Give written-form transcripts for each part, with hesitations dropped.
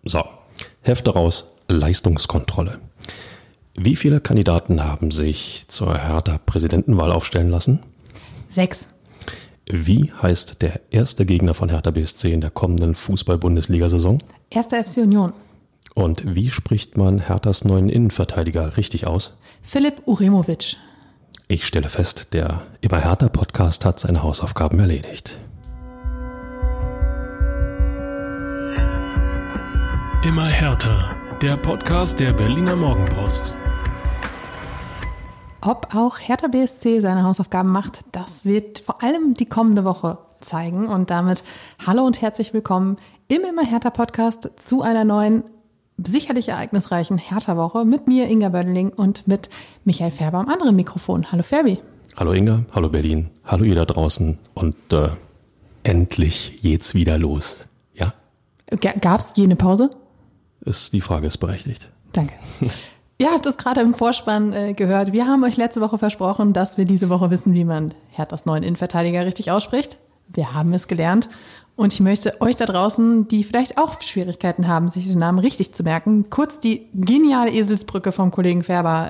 So, Hefte raus, Leistungskontrolle. Wie viele Kandidaten haben sich zur Hertha-Präsidentenwahl aufstellen lassen? 6. Wie heißt der erste Gegner von Hertha BSC in der kommenden Fußball-Bundesliga-Saison? 1. FC Union. Und wie spricht man Herthas neuen Innenverteidiger richtig aus? Filip Uremovic. Ich stelle fest, der Immer Hertha-Podcast hat seine Hausaufgaben erledigt. Immer Hertha, der Podcast der Berliner Morgenpost. Ob auch Hertha BSC seine Hausaufgaben macht, das wird vor allem die kommende Woche zeigen. Und damit hallo und herzlich willkommen im Immer Hertha-Podcast zu einer neuen, sicherlich ereignisreichen Hertha-Woche mit mir, Inga Bödeling, und mit Michael Färber am anderen Mikrofon. Hallo Färbi. Hallo Inga, hallo Berlin, hallo ihr da draußen und endlich geht's wieder los. Ja? Gab's je eine Pause? Die Frage ist berechtigt. Danke. Ihr habt es gerade im Vorspann gehört. Wir haben euch letzte Woche versprochen, dass wir diese Woche wissen, wie man Herthas neuen Innenverteidiger richtig ausspricht. Wir haben es gelernt. Und ich möchte euch da draußen, die vielleicht auch Schwierigkeiten haben, sich den Namen richtig zu merken, kurz die geniale Eselsbrücke vom Kollegen Färber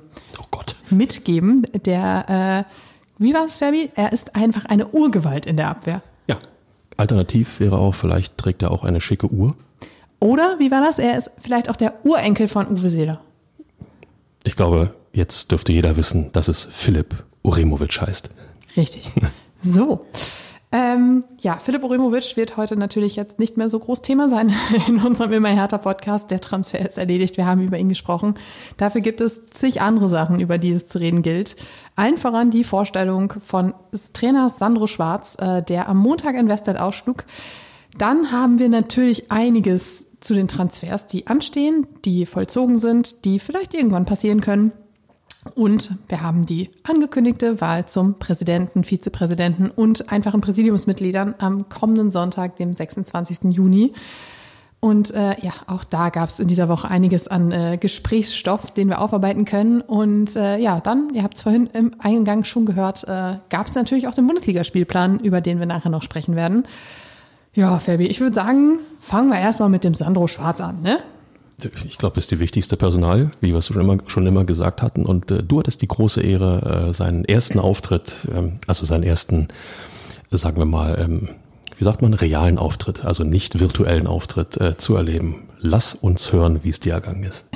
mitgeben. Der, wie war es, Färbi? Er ist einfach eine Urgewalt in der Abwehr. Ja, alternativ wäre auch, vielleicht trägt er auch eine schicke Uhr. Oder, wie war das? Er ist vielleicht auch der Urenkel von Uwe Seeler. Ich glaube, jetzt dürfte jeder wissen, dass es Filip Uremovic heißt. Richtig. So. Filip Uremovic wird heute natürlich jetzt nicht mehr so groß Thema sein in unserem Immer Hertha Podcast. Der Transfer ist erledigt, wir haben über ihn gesprochen. Dafür gibt es zig andere Sachen, über die es zu reden gilt. Allen voran die Vorstellung von Trainers Sandro Schwarz, der am Montag in Westend ausschlug. Dann haben wir natürlich einiges zu den Transfers, die anstehen, die vollzogen sind, die vielleicht irgendwann passieren können. Und wir haben die angekündigte Wahl zum Präsidenten, Vizepräsidenten und einfachen Präsidiumsmitgliedern am kommenden Sonntag, dem 26. Juni. Und auch da gab es in dieser Woche einiges an Gesprächsstoff, den wir aufarbeiten können. Und dann, ihr habt es vorhin im Eingang schon gehört, gab es natürlich auch den Bundesligaspielplan, über den wir nachher noch sprechen werden. Ja, Färbi, ich würde sagen, fangen wir erstmal mit dem Sandro Schwarz an, ne? Ich glaube, es ist die wichtigste Personalie, wie wir es schon immer gesagt hatten. Und du hattest die große Ehre, seinen ersten Auftritt, seinen ersten, sagen wir mal, realen Auftritt, also nicht virtuellen Auftritt zu erleben. Lass uns hören, wie es dir ergangen ist.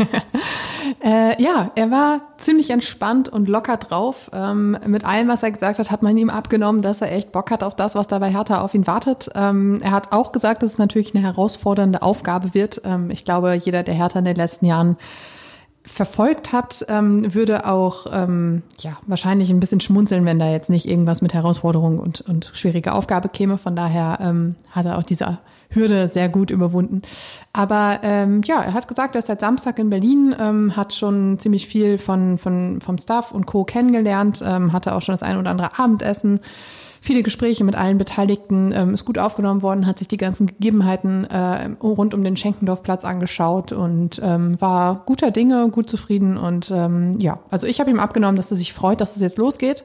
Er war ziemlich entspannt und locker drauf. Mit allem, was er gesagt hat man ihm abgenommen, dass er echt Bock hat auf das, was da bei Hertha auf ihn wartet. Er hat auch gesagt, dass es natürlich eine herausfordernde Aufgabe wird. Ich glaube, jeder, der Hertha in den letzten Jahren verfolgt hat, würde auch wahrscheinlich ein bisschen schmunzeln, wenn da jetzt nicht irgendwas mit Herausforderung und schwierige Aufgabe käme. Von daher hat er auch diese Hürde sehr gut überwunden. Aber er hat gesagt, er ist seit Samstag in Berlin, hat schon ziemlich viel vom Staff und Co. kennengelernt, hatte auch schon das ein oder andere Abendessen, viele Gespräche mit allen Beteiligten, ist gut aufgenommen worden, hat sich die ganzen Gegebenheiten rund um den Schenkendorfplatz angeschaut und war guter Dinge, gut zufrieden. Und also ich habe ihm abgenommen, dass er sich freut, dass es jetzt losgeht.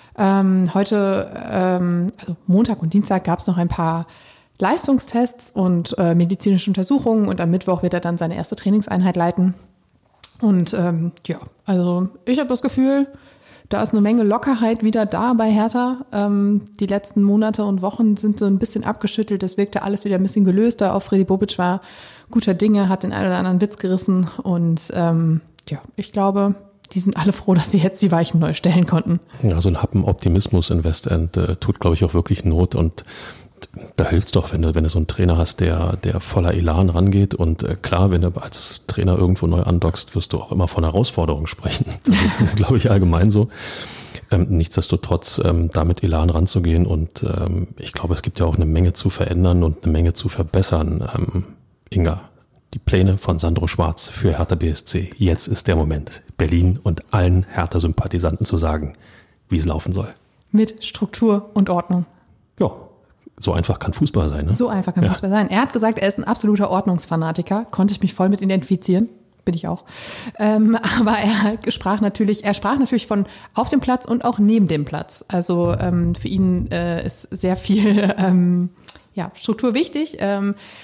Heute, also Montag und Dienstag, gab es noch ein paar Leistungstests und medizinische Untersuchungen und am Mittwoch wird er dann seine erste Trainingseinheit leiten. Und also ich habe das Gefühl, da ist eine Menge Lockerheit wieder da bei Hertha. Die letzten Monate und Wochen sind so ein bisschen abgeschüttelt. Es wirkte alles wieder ein bisschen gelöster. Auch Freddy Bobic war guter Dinge, hat den einen oder anderen Witz gerissen. Und ich glaube, die sind alle froh, dass sie jetzt die Weichen neu stellen konnten. Ja, so ein Happen Optimismus in Westend tut, glaube ich, auch wirklich Not. Und da hilft's doch, wenn du so einen Trainer hast, der voller Elan rangeht. Und klar, wenn du als Trainer irgendwo neu andockst, wirst du auch immer von Herausforderungen sprechen. Das ist, glaube ich, allgemein so. Nichtsdestotrotz, da mit Elan ranzugehen. Und ich glaube, es gibt ja auch eine Menge zu verändern und eine Menge zu verbessern. Inga, die Pläne von Sandro Schwarz für Hertha BSC. Jetzt ist der Moment, Berlin und allen Hertha-Sympathisanten zu sagen, wie es laufen soll. Mit Struktur und Ordnung. Ja. So einfach kann Fußball sein, ne? So einfach kann Fußball sein. Er hat gesagt, er ist ein absoluter Ordnungsfanatiker. Konnte ich mich voll mit identifizieren. Bin ich auch. Aber er sprach natürlich von auf dem Platz und auch neben dem Platz. Also für ihn ist sehr viel Struktur wichtig.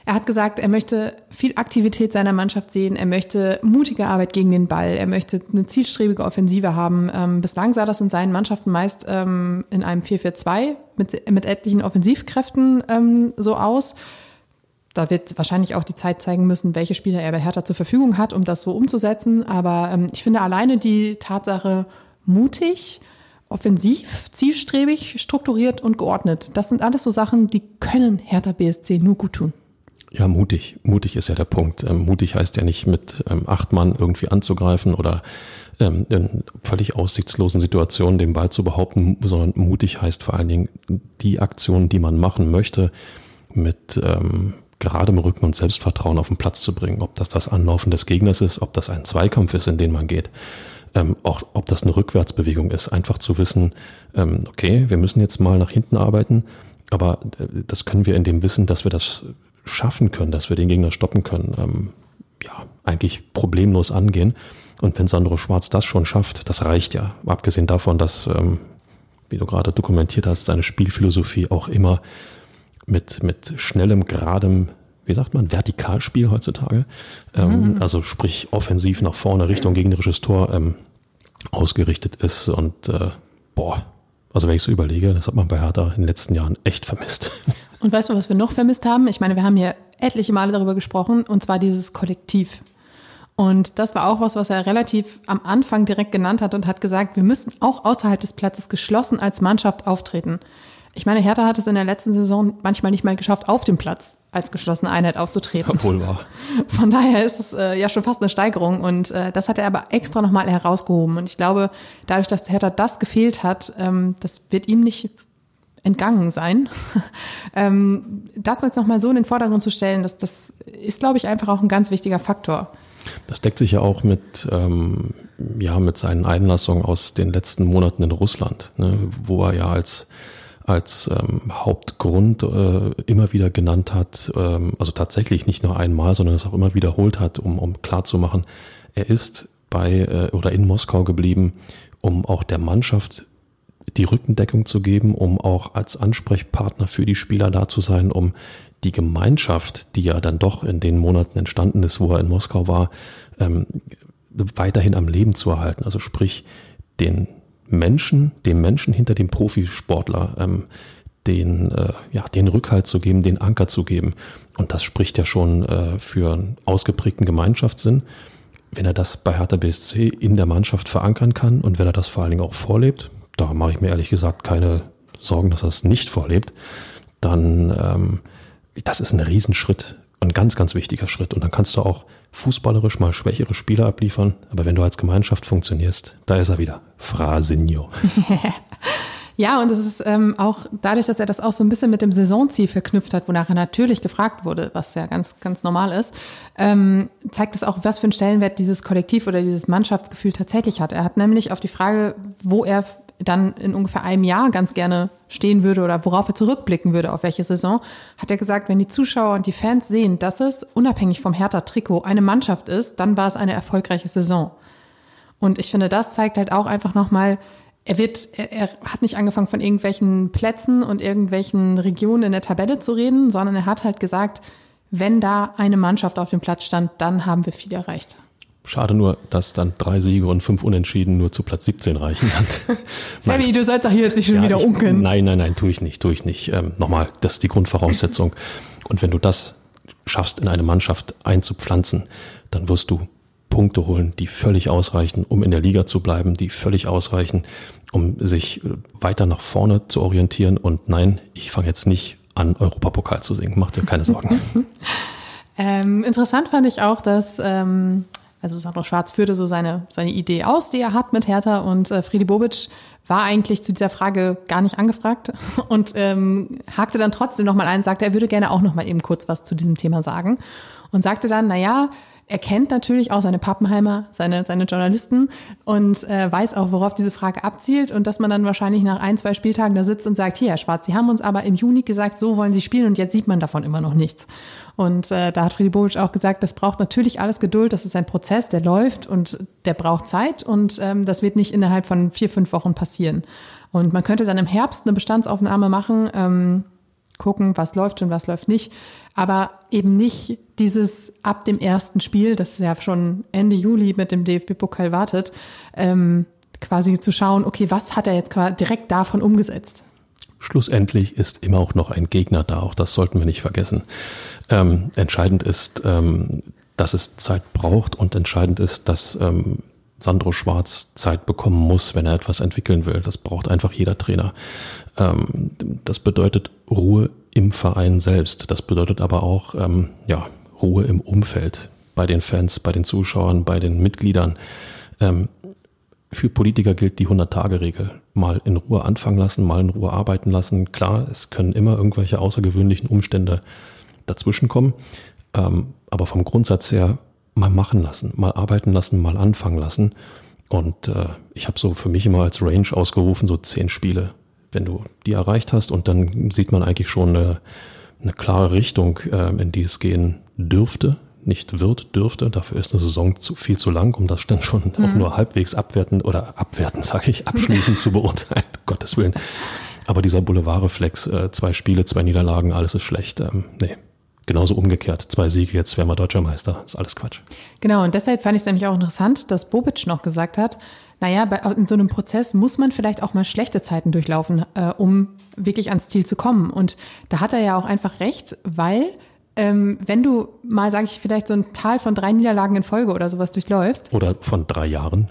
Er hat gesagt, er möchte viel Aktivität seiner Mannschaft sehen, er möchte mutige Arbeit gegen den Ball, er möchte eine zielstrebige Offensive haben. Bislang sah das in seinen Mannschaften meist in einem 4-4-2 mit etlichen Offensivkräften so aus. Da wird wahrscheinlich auch die Zeit zeigen müssen, welche Spieler er bei Hertha zur Verfügung hat, um das so umzusetzen. Aber ich finde alleine die Tatsache mutig, offensiv, zielstrebig, strukturiert und geordnet. Das sind alles so Sachen, die können Hertha BSC nur gut tun. Ja, mutig. Mutig ist ja der Punkt. Mutig heißt ja nicht mit 8 Mann irgendwie anzugreifen oder in völlig aussichtslosen Situationen den Ball zu behaupten, sondern mutig heißt vor allen Dingen die Aktionen, die man machen möchte, mit geradem Rücken und Selbstvertrauen auf den Platz zu bringen. Ob das Anlaufen des Gegners ist, ob das ein Zweikampf ist, in den man geht, auch ob das eine Rückwärtsbewegung ist. Einfach zu wissen, okay, wir müssen jetzt mal nach hinten arbeiten, aber das können wir in dem Wissen, dass wir das schaffen können, dass wir den Gegner stoppen können, eigentlich problemlos angehen. Und wenn Sandro Schwarz das schon schafft, das reicht ja. Abgesehen davon, dass, wie du gerade dokumentiert hast, seine Spielphilosophie auch immer mit schnellem, geradem, wie sagt man, Vertikalspiel heutzutage, also sprich offensiv nach vorne Richtung gegnerisches Tor ausgerichtet ist. Und also wenn ich so überlege, das hat man bei Hertha in den letzten Jahren echt vermisst. Und weißt du, was wir noch vermisst haben? Ich meine, wir haben hier etliche Male darüber gesprochen, und zwar dieses Kollektiv. Und das war auch was er relativ am Anfang direkt genannt hat und hat gesagt, wir müssen auch außerhalb des Platzes geschlossen als Mannschaft auftreten. Ich meine, Hertha hat es in der letzten Saison manchmal nicht mal geschafft, auf dem Platz als geschlossene Einheit aufzutreten. Obwohl wahr. Von daher ist es ja schon fast eine Steigerung, und das hat er aber extra nochmal herausgehoben. Und ich glaube, dadurch, dass Hertha das gefehlt hat, das wird ihm nicht entgangen sein. Das jetzt nochmal so in den Vordergrund zu stellen, das ist, glaube ich, einfach auch ein ganz wichtiger Faktor. Das deckt sich ja auch mit seinen Einlassungen aus den letzten Monaten in Russland, ne, wo er ja als Hauptgrund immer wieder genannt hat, also tatsächlich nicht nur einmal, sondern es auch immer wiederholt hat, um klarzumachen, er ist in Moskau geblieben, um auch der Mannschaft die Rückendeckung zu geben, um auch als Ansprechpartner für die Spieler da zu sein, um die Gemeinschaft, die ja dann doch in den Monaten entstanden ist, wo er in Moskau war, weiterhin am Leben zu erhalten. Also sprich, dem Menschen hinter dem Profisportler, den Rückhalt zu geben, den Anker zu geben. Und das spricht ja schon für einen ausgeprägten Gemeinschaftssinn. Wenn er das bei Hertha BSC in der Mannschaft verankern kann und wenn er das vor allen Dingen auch vorlebt, da mache ich mir ehrlich gesagt keine Sorgen, dass er es nicht vorlebt, dann das ist ein Riesenschritt, ein ganz, ganz wichtiger Schritt. Und dann kannst du auch fußballerisch mal schwächere Spieler abliefern, aber wenn du als Gemeinschaft funktionierst, da ist er wieder. Frasinho. Ja, und es ist auch dadurch, dass er das auch so ein bisschen mit dem Saisonziel verknüpft hat, wonach er natürlich gefragt wurde, was ja ganz, ganz normal ist, zeigt es auch, was für einen Stellenwert dieses Kollektiv oder dieses Mannschaftsgefühl tatsächlich hat. Er hat nämlich auf die Frage, wo er dann in ungefähr einem Jahr ganz gerne stehen würde oder worauf er zurückblicken würde, auf welche Saison, hat er gesagt, wenn die Zuschauer und die Fans sehen, dass es unabhängig vom Hertha-Trikot eine Mannschaft ist, dann war es eine erfolgreiche Saison. Und ich finde, das zeigt halt auch einfach nochmal, er hat nicht angefangen von irgendwelchen Plätzen und irgendwelchen Regionen in der Tabelle zu reden, sondern er hat halt gesagt, wenn da eine Mannschaft auf dem Platz stand, dann haben wir viel erreicht. Schade nur, dass dann 3 Siege und 5 Unentschieden nur zu Platz 17 reichen. Fabi, du sollst doch hier jetzt nicht schon wieder unkeln. Nein, tue ich nicht. Nochmal, das ist die Grundvoraussetzung. Und wenn du das schaffst, in eine Mannschaft einzupflanzen, dann wirst du Punkte holen, die völlig ausreichen, um in der Liga zu bleiben, die völlig ausreichen, um sich weiter nach vorne zu orientieren. Und nein, ich fange jetzt nicht an, Europapokal zu singen. Mach dir keine Sorgen. Interessant fand ich auch, dass also Sandro Schwarz führte so seine Idee aus, die er hat mit Hertha, und Friedi Bobic war eigentlich zu dieser Frage gar nicht angefragt und hakte dann trotzdem nochmal ein, sagte, er würde gerne auch nochmal eben kurz was zu diesem Thema sagen und sagte dann, er kennt natürlich auch seine Pappenheimer, seine Journalisten, und weiß auch, worauf diese Frage abzielt, und dass man dann wahrscheinlich nach 1-2 Spieltagen da sitzt und sagt, hier, Herr Schwarz, Sie haben uns aber im Juni gesagt, so wollen Sie spielen, und jetzt sieht man davon immer noch nichts. Und da hat Friedi Bobic auch gesagt, das braucht natürlich alles Geduld, das ist ein Prozess, der läuft und der braucht Zeit, und das wird nicht innerhalb von 4-5 Wochen passieren. Und man könnte dann im Herbst eine Bestandsaufnahme machen, gucken, was läuft und was läuft nicht. Aber eben nicht dieses ab dem ersten Spiel, das ja schon Ende Juli mit dem DFB-Pokal wartet, quasi zu schauen, okay, was hat er jetzt direkt davon umgesetzt? Schlussendlich ist immer auch noch ein Gegner da, auch das sollten wir nicht vergessen. Entscheidend ist, dass es Zeit braucht und entscheidend ist, dass Sandro Schwarz Zeit bekommen muss, wenn er etwas entwickeln will. Das braucht einfach jeder Trainer. Das bedeutet Ruhe im Verein selbst. Das bedeutet aber auch Ruhe im Umfeld, bei den Fans, bei den Zuschauern, bei den Mitgliedern. Für Politiker gilt die 100-Tage-Regel. Mal in Ruhe anfangen lassen, mal in Ruhe arbeiten lassen. Klar, es können immer irgendwelche außergewöhnlichen Umstände dazwischenkommen. Aber vom Grundsatz her mal machen lassen, mal arbeiten lassen, mal anfangen lassen. Und ich habe so für mich immer als Range ausgerufen, so 10 Spiele. Wenn du die erreicht hast und dann sieht man eigentlich schon eine klare Richtung, in die es gehen dürfte, nicht dürfte. Dafür ist eine Saison viel zu lang, um das dann schon auch nur halbwegs abschließend zu beurteilen, um Gottes Willen. Aber dieser Boulevard-Reflex, 2 Spiele, 2 Niederlagen, alles ist schlecht. Nee. Genauso umgekehrt. 2 Siege, jetzt wären wir Deutscher Meister. Ist alles Quatsch. Genau, und deshalb fand ich es nämlich auch interessant, dass Bobic noch gesagt hat, in so einem Prozess muss man vielleicht auch mal schlechte Zeiten durchlaufen, um wirklich ans Ziel zu kommen. Und da hat er ja auch einfach recht, weil wenn du mal, sage ich, vielleicht so ein Tal von 3 Niederlagen in Folge oder sowas durchläufst. Oder von 3 Jahren.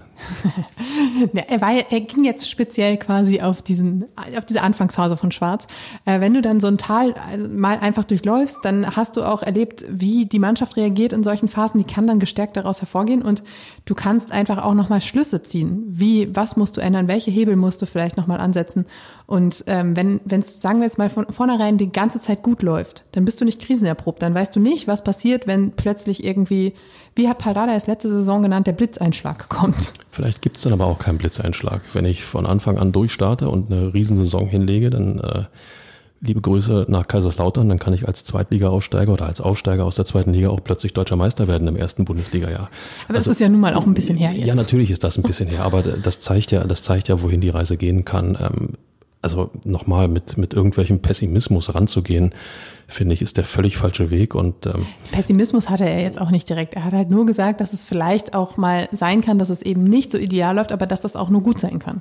Er ging jetzt speziell quasi auf diese Anfangsphase von Schwarz. Wenn du dann so ein Tal mal einfach durchläufst, dann hast du auch erlebt, wie die Mannschaft reagiert in solchen Phasen. Die kann dann gestärkt daraus hervorgehen und du kannst einfach auch nochmal Schlüsse ziehen. Was musst du ändern? Welche Hebel musst du vielleicht nochmal ansetzen? Und wenn es, sagen wir jetzt mal von vornherein die ganze Zeit gut läuft, dann bist du nicht krisenerprobt. Dann weißt du nicht, was passiert, wenn plötzlich irgendwie, wie hat Paldada es letzte Saison genannt, der Blitzeinschlag kommt. Vielleicht gibt es dann aber auch keinen Blitzeinschlag. Wenn ich von Anfang an durchstarte und eine Riesensaison hinlege, dann liebe Grüße nach Kaiserslautern, dann kann ich als Zweitliga-Aufsteiger oder als Aufsteiger aus der 2. Liga auch plötzlich Deutscher Meister werden im 1. Bundesliga-Jahr. Aber das ist ja nun mal auch ein bisschen her jetzt. Ja, natürlich ist das ein bisschen her, aber das zeigt ja, wohin die Reise gehen kann. Also nochmal mit irgendwelchem Pessimismus ranzugehen, finde ich, ist der völlig falsche Weg. Und Pessimismus hatte er jetzt auch nicht direkt. Er hat halt nur gesagt, dass es vielleicht auch mal sein kann, dass es eben nicht so ideal läuft, aber dass das auch nur gut sein kann.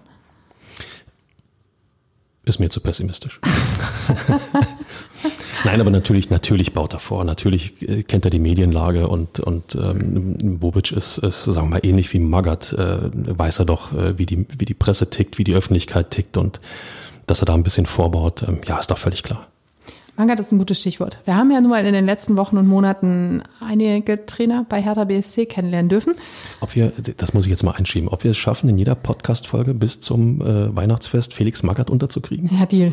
Ist mir zu pessimistisch. Nein, aber natürlich baut er vor. Natürlich kennt er die Medienlage und Bobic ist, sagen wir mal, ähnlich wie Magath, weiß er doch, wie die Presse tickt, wie die Öffentlichkeit tickt und dass er da ein bisschen vorbaut, ist doch völlig klar. Magath ist ein gutes Stichwort. Wir haben ja nun mal in den letzten Wochen und Monaten einige Trainer bei Hertha BSC kennenlernen dürfen. Das muss ich jetzt mal einschieben, ob wir es schaffen, in jeder Podcast-Folge bis zum Weihnachtsfest Felix Magath unterzukriegen? Ja, Deal.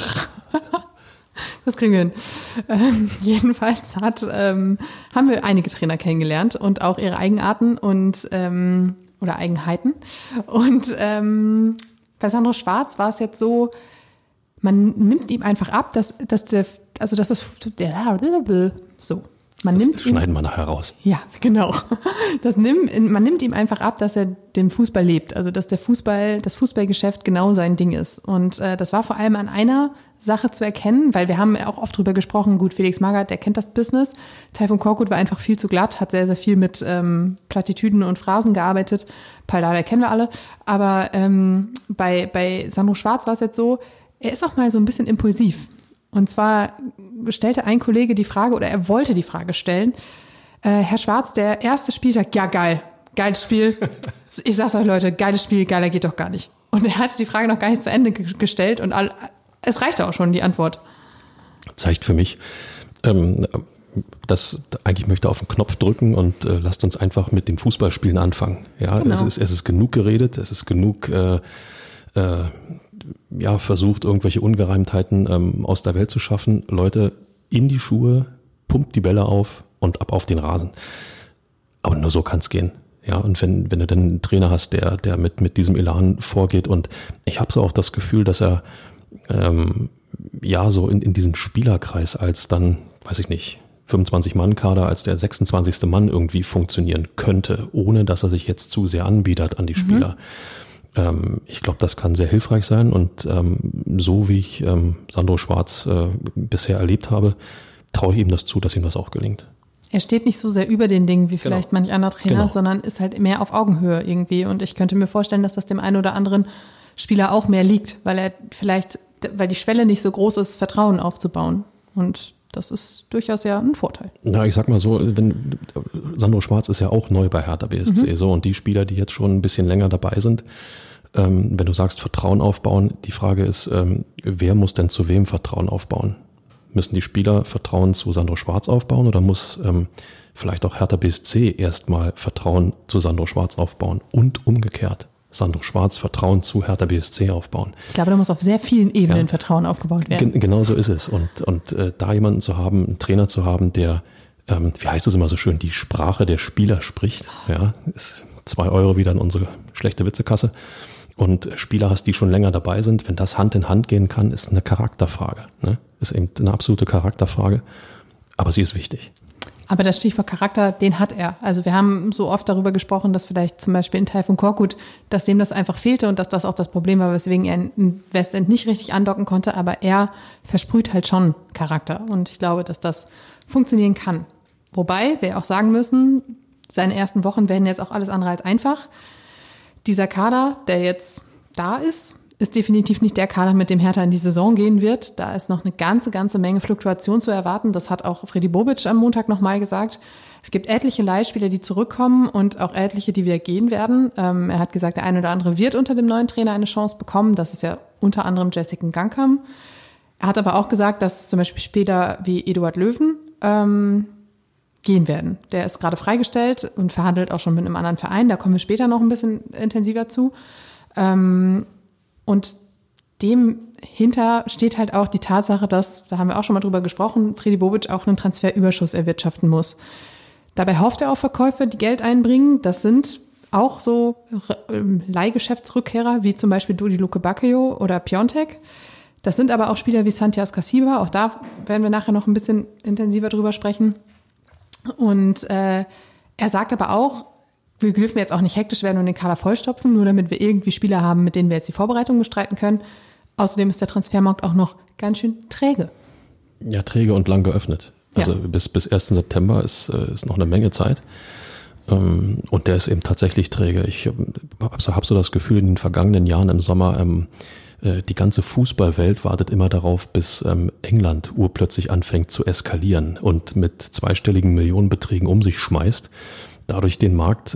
Das kriegen wir hin. Jedenfalls haben wir einige Trainer kennengelernt und auch ihre Eigenarten und oder Eigenheiten. Und bei Sandro Schwarz war es jetzt so, man nimmt ihm einfach ab, schneiden wir nachher raus. Ja, genau. Man nimmt ihm einfach ab, dass er den Fußball lebt, also dass das Fußballgeschäft genau sein Ding ist. Und das war vor allem an einer Sache zu erkennen, weil wir haben auch oft drüber gesprochen, gut, Felix Magath, der kennt das Business. Taifun Korkut war einfach viel zu glatt, hat sehr, sehr viel mit Plattitüden und Phrasen gearbeitet. Paldada kennen wir alle. Aber bei Sandro Schwarz war es jetzt so, er ist auch mal so ein bisschen impulsiv. Und zwar stellte ein Kollege die Frage, oder er wollte die Frage stellen, Herr Schwarz, der erste Spieltag, ja geil, geiles Spiel. Ich sag's euch Leute, geiles Spiel, geiler geht doch gar nicht. Und er hatte die Frage noch gar nicht zu Ende gestellt und es reichte auch schon, die Antwort. Zeigt für mich, dass eigentlich möchte auf den Knopf drücken und lasst uns einfach mit dem Fußballspielen anfangen. Ja, genau. Es ist genug geredet, es ist genug versucht, irgendwelche Ungereimtheiten aus der Welt zu schaffen. Leute, in die Schuhe, pumpt die Bälle auf und ab auf den Rasen. Aber nur so kann es gehen. Ja, und wenn du dann einen Trainer hast, der mit diesem Elan vorgeht, und ich habe so auch das Gefühl, dass er so in diesen Spielerkreis als dann, weiß ich nicht, 25-Mann-Kader als der 26. Mann irgendwie funktionieren könnte, ohne dass er sich jetzt zu sehr anbietet an die Spieler. Ich glaube, das kann sehr hilfreich sein und so wie ich Sandro Schwarz bisher erlebt habe, traue ich ihm das zu, dass ihm das auch gelingt. Er steht nicht so sehr über den Dingen wie vielleicht manch anderer Trainer, sondern ist halt mehr auf Augenhöhe irgendwie. Und ich könnte mir vorstellen, dass das dem einen oder anderen Spieler auch mehr liegt, weil die Schwelle nicht so groß ist, Vertrauen aufzubauen. Und das ist durchaus ja ein Vorteil. Na, ich sag mal so, Sandro Schwarz ist ja auch neu bei Hertha BSC, so, und die Spieler, die jetzt schon ein bisschen länger dabei sind, wenn du sagst Vertrauen aufbauen, die Frage ist, wer muss denn zu wem Vertrauen aufbauen? Müssen die Spieler Vertrauen zu Sandro Schwarz aufbauen oder muss vielleicht auch Hertha BSC erstmal Vertrauen zu Sandro Schwarz aufbauen und umgekehrt? Sandro Schwarz Vertrauen zu Hertha BSC aufbauen. Ich glaube, da muss auf sehr vielen Ebenen Vertrauen aufgebaut werden. Genau so ist es. Und da jemanden zu haben, einen Trainer zu haben, der, wie heißt es immer so schön, die Sprache der Spieler spricht, ja, ist 2 Euro wieder in unsere schlechte Witzekasse. Und Spieler hast, die schon länger dabei sind, wenn das Hand in Hand gehen kann, ist eine Charakterfrage. Ne? Ist eben eine absolute Charakterfrage, aber sie ist wichtig. Aber das Stichwort Charakter, den hat er. Also wir haben so oft darüber gesprochen, dass vielleicht zum Beispiel in Tayfun Korkut, dass dem das einfach fehlte und dass das auch das Problem war, weswegen er in Westend nicht richtig andocken konnte. Aber er versprüht halt schon Charakter. Und ich glaube, dass das funktionieren kann. Wobei wir auch sagen müssen, seine ersten Wochen werden jetzt auch alles andere als einfach. Dieser Kader, der jetzt da ist definitiv nicht der Kader, mit dem Hertha in die Saison gehen wird. Da ist noch eine ganze Menge Fluktuation zu erwarten. Das hat auch Freddy Bobic am Montag nochmal gesagt. Es gibt etliche Leihspieler, die zurückkommen und auch etliche, die wieder gehen werden. Er hat gesagt, der eine oder andere wird unter dem neuen Trainer eine Chance bekommen. Das ist ja unter anderem Jessica Gangkam. Er hat aber auch gesagt, dass zum Beispiel Spieler wie Eduard Löwen gehen werden. Der ist gerade freigestellt und verhandelt auch schon mit einem anderen Verein. Da kommen wir später noch ein bisschen intensiver zu. Und dem hinter steht halt auch die Tatsache, dass, da haben wir auch schon mal drüber gesprochen, Freddy Bobic auch einen Transferüberschuss erwirtschaften muss. Dabei hofft er auf Verkäufe, die Geld einbringen. Das sind auch so Leihgeschäftsrückkehrer, wie zum Beispiel Dodi Lukebakio oder Piontek. Das sind aber auch Spieler wie Santias Kasiba. Auch da werden wir nachher noch ein bisschen intensiver drüber sprechen. Und er sagt aber auch, wir dürfen jetzt auch nicht hektisch werden und den Kader vollstopfen, nur damit wir irgendwie Spieler haben, mit denen wir jetzt die Vorbereitung bestreiten können. Außerdem ist der Transfermarkt auch noch ganz schön träge. Ja, träge und lang geöffnet. Also bis 1. September ist noch eine Menge Zeit. Und der ist eben tatsächlich träge. Ich habe so das Gefühl, in den vergangenen Jahren im Sommer, die ganze Fußballwelt wartet immer darauf, bis England urplötzlich anfängt zu eskalieren und mit zweistelligen Millionenbeträgen um sich schmeißt, dadurch den Markt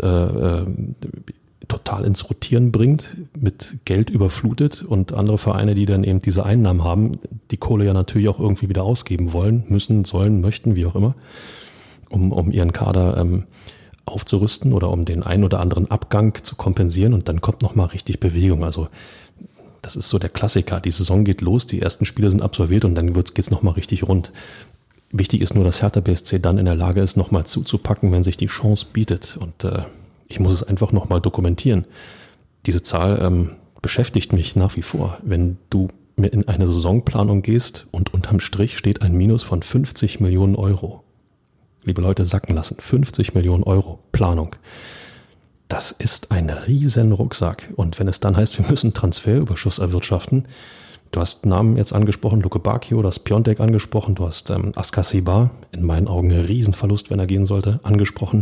total ins Rotieren bringt, mit Geld überflutet und andere Vereine, die dann eben diese Einnahmen haben, die Kohle ja natürlich auch irgendwie wieder ausgeben wollen, müssen, sollen, möchten, wie auch immer, um ihren Kader aufzurüsten oder um den einen oder anderen Abgang zu kompensieren, und dann kommt nochmal richtig Bewegung. Also das ist so der Klassiker. Die Saison geht los, die ersten Spiele sind absolviert und dann geht's nochmal richtig rund. Wichtig ist nur, dass Hertha BSC dann in der Lage ist, nochmal zuzupacken, wenn sich die Chance bietet. Und ich muss es einfach nochmal dokumentieren. Diese Zahl beschäftigt mich nach wie vor. Wenn du mir in eine Saisonplanung gehst und unterm Strich steht ein Minus von 50 Millionen Euro. Liebe Leute, sacken lassen. 50 Millionen Euro Planung. Das ist ein riesen Rucksack. Und wenn es dann heißt, wir müssen Transferüberschuss erwirtschaften, du hast Namen jetzt angesprochen, Lukebakio, du hast Piontek angesprochen, du hast Askasiba, in meinen Augen ein Riesenverlust, wenn er gehen sollte, angesprochen.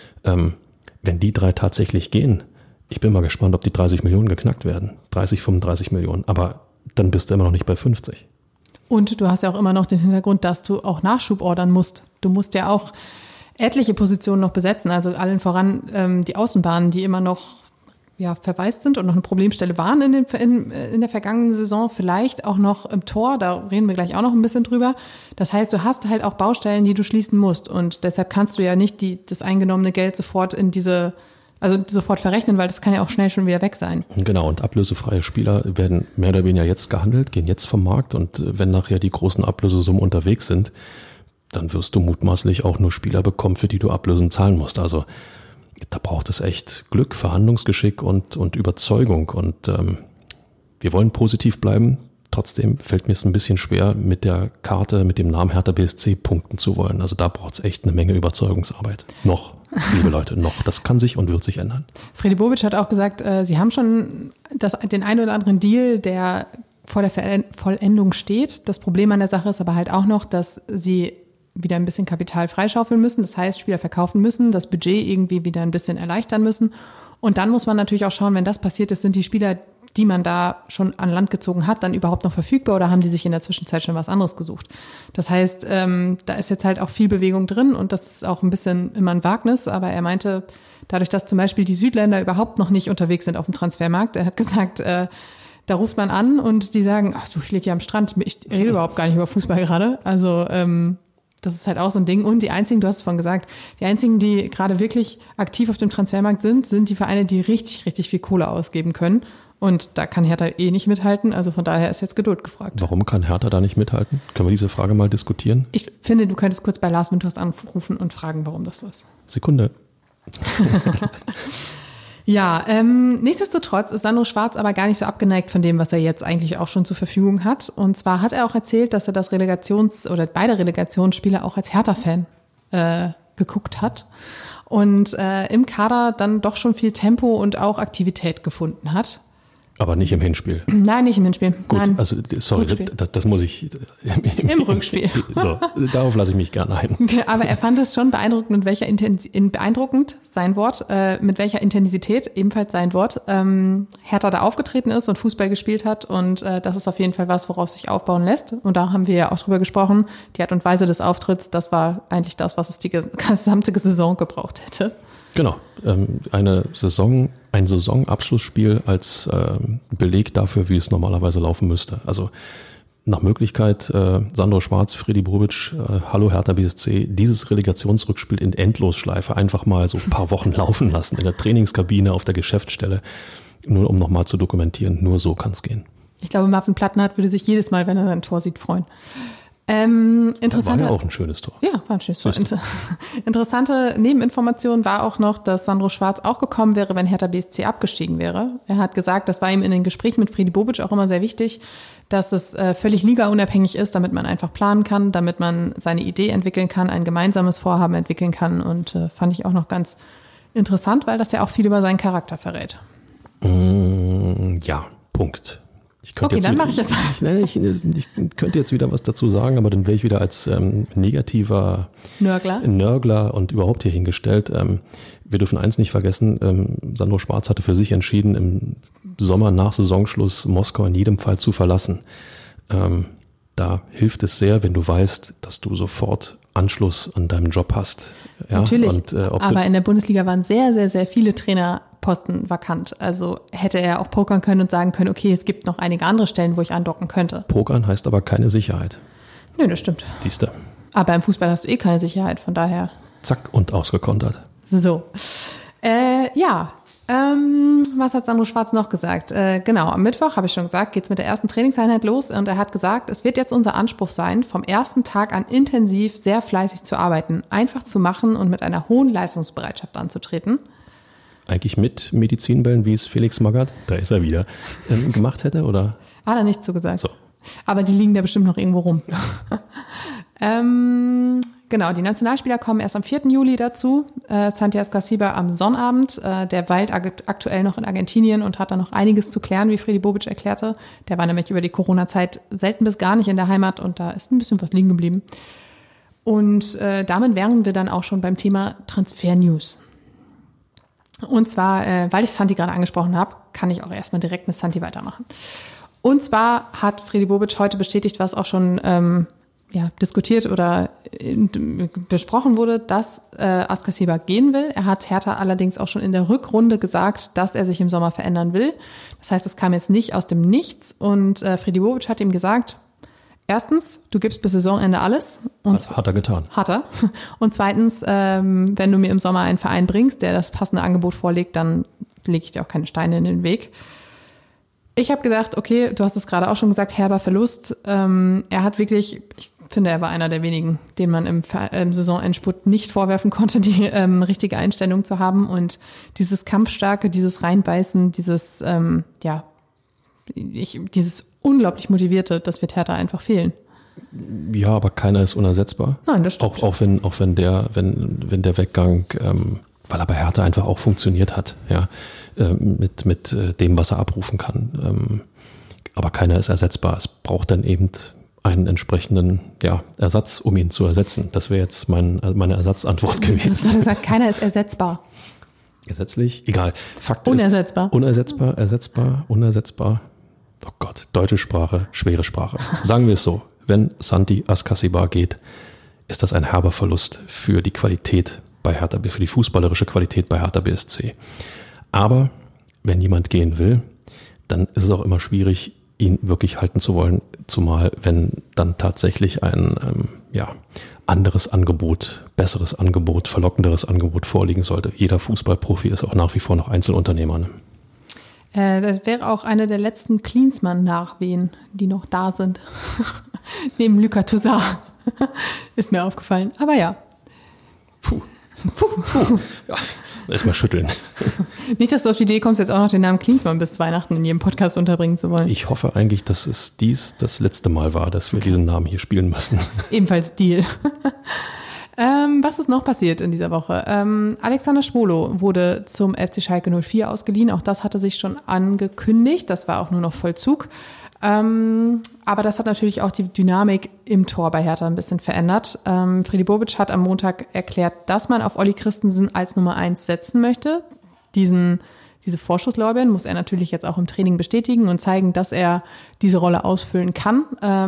Wenn die 3 tatsächlich gehen, ich bin mal gespannt, ob die 30 Millionen geknackt werden. 30, 35 Millionen. Aber dann bist du immer noch nicht bei 50. Und du hast ja auch immer noch den Hintergrund, dass du auch Nachschub ordern musst. Du musst ja auch etliche Positionen noch besetzen, also allen voran die Außenbahnen, die immer noch verwaist sind und noch eine Problemstelle waren in der vergangenen Saison, vielleicht auch noch im Tor, da reden wir gleich auch noch ein bisschen drüber. Das heißt, du hast halt auch Baustellen, die du schließen musst, und deshalb kannst du ja nicht das eingenommene Geld sofort sofort verrechnen, weil das kann ja auch schnell schon wieder weg sein. Genau, und ablösefreie Spieler werden mehr oder weniger jetzt gehandelt, gehen jetzt vom Markt, und wenn nachher die großen Ablösesummen unterwegs sind, dann wirst du mutmaßlich auch nur Spieler bekommen, für die du Ablösen zahlen musst. Also da braucht es echt Glück, Verhandlungsgeschick und Überzeugung. Und wir wollen positiv bleiben. Trotzdem fällt mir es ein bisschen schwer, mit der Karte, mit dem Namen Hertha BSC punkten zu wollen. Also da braucht es echt eine Menge Überzeugungsarbeit. Noch, liebe Leute, noch. Das kann sich und wird sich ändern. Fredi Bobic hat auch gesagt, sie haben schon den einen oder anderen Deal, der vor der Vollendung steht. Das Problem an der Sache ist aber halt auch noch, dass sie wieder ein bisschen Kapital freischaufeln müssen. Das heißt, Spieler verkaufen müssen, das Budget irgendwie wieder ein bisschen erleichtern müssen. Und dann muss man natürlich auch schauen, wenn das passiert ist, sind die Spieler, die man da schon an Land gezogen hat, dann überhaupt noch verfügbar oder haben die sich in der Zwischenzeit schon was anderes gesucht? Das heißt, da ist jetzt halt auch viel Bewegung drin und das ist auch ein bisschen immer ein Wagnis, aber er meinte, dadurch, dass zum Beispiel die Südländer überhaupt noch nicht unterwegs sind auf dem Transfermarkt, er hat gesagt, da ruft man an und die sagen, ach du, ich liege hier am Strand, ich rede überhaupt gar nicht über Fußball gerade, also das ist halt auch so ein Ding. Und die einzigen, du hast es vorhin gesagt, die einzigen, die gerade wirklich aktiv auf dem Transfermarkt sind die Vereine, die richtig, richtig viel Kohle ausgeben können. Und da kann Hertha nicht mithalten. Also von daher ist jetzt Geduld gefragt. Warum kann Hertha da nicht mithalten? Können wir diese Frage mal diskutieren? Ich finde, du könntest kurz bei Lars Windhorst anrufen und fragen, warum das so ist. Sekunde. Ja, nichtsdestotrotz ist Sandro Schwarz aber gar nicht so abgeneigt von dem, was er jetzt eigentlich auch schon zur Verfügung hat. Und zwar hat er auch erzählt, dass er das beide Relegationsspiele auch als Hertha-Fan geguckt hat und im Kader dann doch schon viel Tempo und auch Aktivität gefunden hat. Aber nicht im Hinspiel. Nein, nicht im Hinspiel. Gut, Nein. also sorry, das muss ich im Rückspiel. So, darauf lasse ich mich gerne ein. Aber er fand es schon beeindruckend, mit welcher Intensität, ebenfalls sein Wort, Hertha da aufgetreten ist und Fußball gespielt hat. Und das ist auf jeden Fall was, worauf sich aufbauen lässt. Und da haben wir ja auch drüber gesprochen. Die Art und Weise des Auftritts, das war eigentlich das, was es die gesamte Saison gebraucht hätte. Genau, ein Saisonabschlussspiel als Beleg dafür, wie es normalerweise laufen müsste. Also nach Möglichkeit Sandro Schwarz, Fredi Bobic, hallo Hertha BSC, dieses Relegationsrückspiel in Endlosschleife einfach mal so ein paar Wochen laufen lassen, in der Trainingskabine, auf der Geschäftsstelle, nur um nochmal zu dokumentieren, nur so kann es gehen. Ich glaube, Marvin Plattenhardt würde sich jedes Mal, wenn er sein Tor sieht, freuen. War ja auch ein schönes Tor. Ja, war ein schönes Tor. Interessante Nebeninformation war auch noch, dass Sandro Schwarz auch gekommen wäre, wenn Hertha BSC abgestiegen wäre. Er hat gesagt, das war ihm in den Gesprächen mit Fredi Bobic auch immer sehr wichtig, dass es völlig ligaunabhängig ist, damit man einfach planen kann, damit man seine Idee entwickeln kann, ein gemeinsames Vorhaben entwickeln kann. Und fand ich auch noch ganz interessant, weil das ja auch viel über seinen Charakter verrät. Ja, Punkt. Okay, dann mache ich jetzt mal. Ich könnte jetzt wieder was dazu sagen, aber dann wäre ich wieder als negativer Nörgler und überhaupt hier hingestellt. Wir dürfen eins nicht vergessen, Sandro Schwarz hatte für sich entschieden, im Sommer nach Saisonschluss Moskau in jedem Fall zu verlassen. Da hilft es sehr, wenn du weißt, dass du sofort Anschluss an deinem Job hast. Ja? Natürlich, und, aber in der Bundesliga waren sehr, sehr, sehr viele Trainerposten vakant. Also hätte er auch pokern können und sagen können, okay, es gibt noch einige andere Stellen, wo ich andocken könnte. Pokern heißt aber keine Sicherheit. Nö, das stimmt. Siehste. Aber im Fußball hast du keine Sicherheit, von daher. Zack und ausgekontert. So. Was hat Sandro Schwarz noch gesagt? Genau, am Mittwoch, habe ich schon gesagt, geht's mit der ersten Trainingseinheit los und er hat gesagt, es wird jetzt unser Anspruch sein, vom ersten Tag an intensiv, sehr fleißig zu arbeiten, einfach zu machen und mit einer hohen Leistungsbereitschaft anzutreten. Eigentlich mit Medizinbällen, wie es Felix Magath, da ist er wieder, gemacht hätte, oder? Hat er nichts zugesagt. So. Aber die liegen da bestimmt noch irgendwo rum. Genau, die Nationalspieler kommen erst am 4. Juli dazu. Santiago Casiba am Sonnabend. Der weilt aktuell noch in Argentinien und hat da noch einiges zu klären, wie Fredi Bobic erklärte. Der war nämlich über die Corona-Zeit selten bis gar nicht in der Heimat und da ist ein bisschen was liegen geblieben. Und damit wären wir dann auch schon beim Thema Transfer-News. Und zwar, weil ich Santi gerade angesprochen habe, kann ich auch erstmal direkt mit Santi weitermachen. Und zwar hat Fredi Bobic heute bestätigt, was auch schon diskutiert oder besprochen wurde, dass Ascasiba gehen will. Er hat Hertha allerdings auch schon in der Rückrunde gesagt, dass er sich im Sommer verändern will. Das heißt, es kam jetzt nicht aus dem Nichts. Und Fredi Bobic hat ihm gesagt, erstens, du gibst bis Saisonende alles. Und hat er getan. Hat er. Und zweitens, wenn du mir im Sommer einen Verein bringst, der das passende Angebot vorlegt, dann lege ich dir auch keine Steine in den Weg. Ich habe gesagt, okay, du hast es gerade auch schon gesagt, herber Verlust. Er hat wirklich, ich finde, er war einer der wenigen, denen man im Saisonendspurt nicht vorwerfen konnte, die richtige Einstellung zu haben. Und dieses Kampfstarke, dieses Reinbeißen, dieses dieses unglaublich Motivierte, das wird Hertha einfach fehlen. Ja, aber keiner ist unersetzbar. Nein, das stimmt. Auch wenn der Weggang, weil er bei Hertha einfach auch funktioniert hat, ja, mit dem, was er abrufen kann. Aber keiner ist ersetzbar. Es braucht dann eben einen entsprechenden Ersatz, um ihn zu ersetzen. Das wäre jetzt meine Ersatzantwort gewesen. Du hast gerade gesagt, keiner ist ersetzbar. Ersetzlich? Egal. Fakt Unersetzbar. ist, unersetzbar. Oh Gott, deutsche Sprache, schwere Sprache. Sagen wir es so, wenn Santi Askasibar geht, ist das ein herber Verlust für die Qualität bei Hertha, für die fußballerische Qualität bei Hertha BSC. Aber wenn jemand gehen will, dann ist es auch immer schwierig, ihn wirklich halten zu wollen, zumal wenn dann tatsächlich ein anderes Angebot, besseres Angebot, verlockenderes Angebot vorliegen sollte. Jeder Fußballprofi ist auch nach wie vor noch Einzelunternehmer. Ne? Das wäre auch eine der letzten Klinsmann-Nachwehen, die noch da sind. Neben Lucas Toussaint. Ist mir aufgefallen. Aber ja. Puh. Ja, erstmal schütteln. Nicht, dass du auf die Idee kommst, jetzt auch noch den Namen Klinsmann bis Weihnachten in jedem Podcast unterbringen zu wollen. Ich hoffe eigentlich, dass es das letzte Mal war, dass wir diesen Namen hier spielen müssen. Ebenfalls Deal. Was ist noch passiert in dieser Woche? Alexander Schwolo wurde zum FC Schalke 04 ausgeliehen. Auch das hatte sich schon angekündigt. Das war auch nur noch Vollzug. Aber das hat natürlich auch die Dynamik im Tor bei Hertha ein bisschen verändert. Freddy Bobic hat am Montag erklärt, dass man auf Olli Christensen als Nummer 1 setzen möchte. Diese Vorschusslorbeeren muss er natürlich jetzt auch im Training bestätigen und zeigen, dass er diese Rolle ausfüllen kann.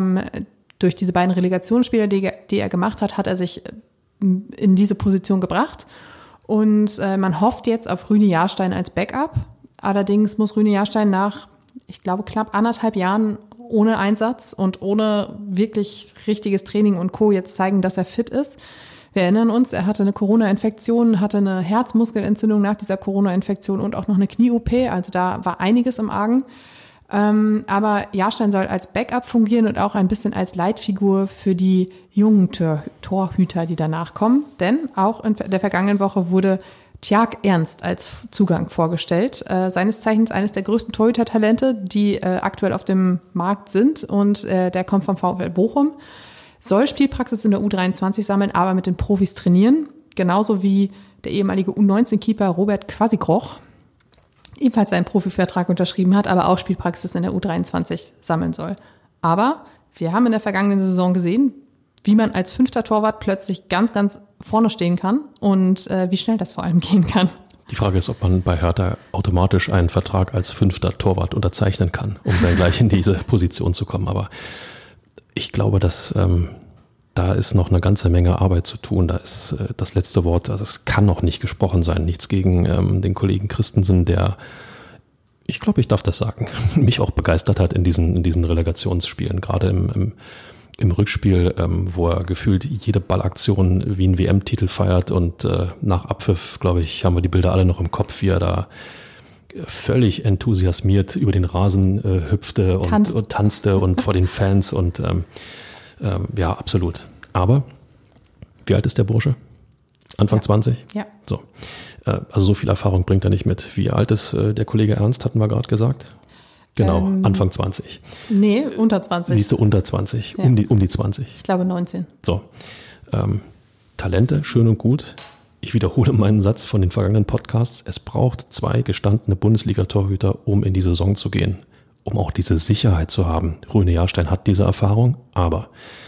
Durch diese beiden Relegationsspiele, die er gemacht hat, hat er sich in diese Position gebracht. Und man hofft jetzt auf Rüne Jahrstein als Backup. Allerdings muss Rüne Jahrstein nach, ich glaube, knapp 1,5 Jahren ohne Einsatz und ohne wirklich richtiges Training und Co. jetzt zeigen, dass er fit ist. Wir erinnern uns, er hatte eine Corona-Infektion, hatte eine Herzmuskelentzündung nach dieser Corona-Infektion und auch noch eine Knie-OP. Also da war einiges im Argen. Aber Jahrstein soll als Backup fungieren und auch ein bisschen als Leitfigur für die jungen Torhüter, die danach kommen. Denn auch in der vergangenen Woche wurde Tjark Ernst als Zugang vorgestellt. Seines Zeichens eines der größten Torhüter-Talente, die aktuell auf dem Markt sind. Und der kommt vom VfL Bochum. Soll Spielpraxis in der U23 sammeln, aber mit den Profis trainieren. Genauso wie der ehemalige U19-Keeper Robert Quasikroch ebenfalls einen Profivertrag unterschrieben hat, aber auch Spielpraxis in der U23 sammeln soll. Aber wir haben in der vergangenen Saison gesehen, wie man als 5. Torwart plötzlich ganz, ganz vorne stehen kann und wie schnell das vor allem gehen kann. Die Frage ist, ob man bei Hertha automatisch einen Vertrag als 5. Torwart unterzeichnen kann, um dann gleich in diese Position zu kommen. Aber ich glaube, dass da ist noch eine ganze Menge Arbeit zu tun. Da ist das letzte Wort, also es kann noch nicht gesprochen sein. Nichts gegen den Kollegen Christensen, der, ich glaube, ich darf das sagen, mich auch begeistert hat in diesen Relegationsspielen. Gerade im Rückspiel, wo er gefühlt jede Ballaktion wie ein WM-Titel feiert und nach Abpfiff, glaube ich, haben wir die Bilder alle noch im Kopf, wie er da völlig enthusiasmiert über den Rasen hüpfte und tanzte und vor den Fans und ja, absolut. Aber wie alt ist der Bursche? Anfang 20? Ja. So. Also so viel Erfahrung bringt er nicht mit. Wie alt ist der Kollege Ernst, hatten wir gerade gesagt? Genau, Anfang 20. Nee, unter 20. Siehst du, unter 20, ja. um die 20. Ich glaube 19. So. Talente, schön und gut. Ich wiederhole meinen Satz von den vergangenen Podcasts. Es braucht 2 gestandene Bundesliga-Torhüter, um in die Saison zu gehen. Um auch diese Sicherheit zu haben. Rüne Jahrstein hat diese Erfahrung, aber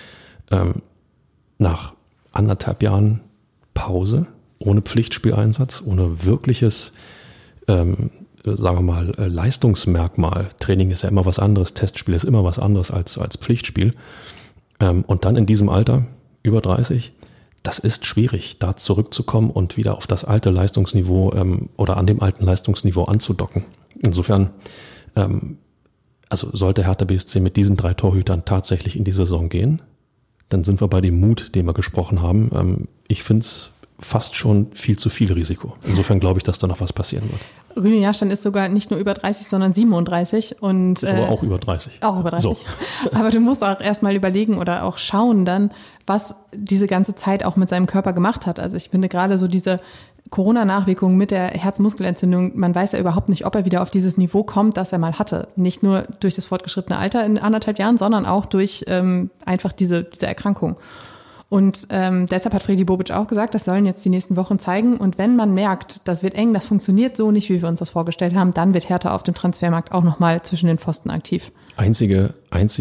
nach 1,5 Jahren Pause, ohne Pflichtspieleinsatz, ohne wirkliches, sagen wir mal, Leistungsmerkmal. Training ist ja immer was anderes, Testspiel ist immer was anderes als Pflichtspiel. Und dann in diesem Alter, über 30, das ist schwierig, da zurückzukommen und wieder auf das alte Leistungsniveau oder an dem alten Leistungsniveau anzudocken. Insofern, also sollte Hertha BSC mit diesen 3 Torhütern tatsächlich in die Saison gehen, dann sind wir bei dem Mut, den wir gesprochen haben. Ich finde es fast schon viel zu viel Risiko. Insofern glaube ich, dass da noch was passieren wird. Rüne Jahrstein ist sogar nicht nur über 30, sondern 37. Und, ist aber auch über 30. Auch über 30. So. Aber du musst auch erstmal überlegen oder auch schauen dann, was diese ganze Zeit auch mit seinem Körper gemacht hat. Also ich finde gerade so diese Corona-Nachwirkungen mit der Herzmuskelentzündung, man weiß ja überhaupt nicht, ob er wieder auf dieses Niveau kommt, das er mal hatte. Nicht nur durch das fortgeschrittene Alter in 1,5 Jahren, sondern auch durch einfach diese Erkrankung. Und deshalb hat Fredi Bobic auch gesagt, das sollen jetzt die nächsten Wochen zeigen. Und wenn man merkt, das wird eng, das funktioniert so nicht, wie wir uns das vorgestellt haben, dann wird Hertha auf dem Transfermarkt auch nochmal zwischen den Pfosten aktiv. Einziges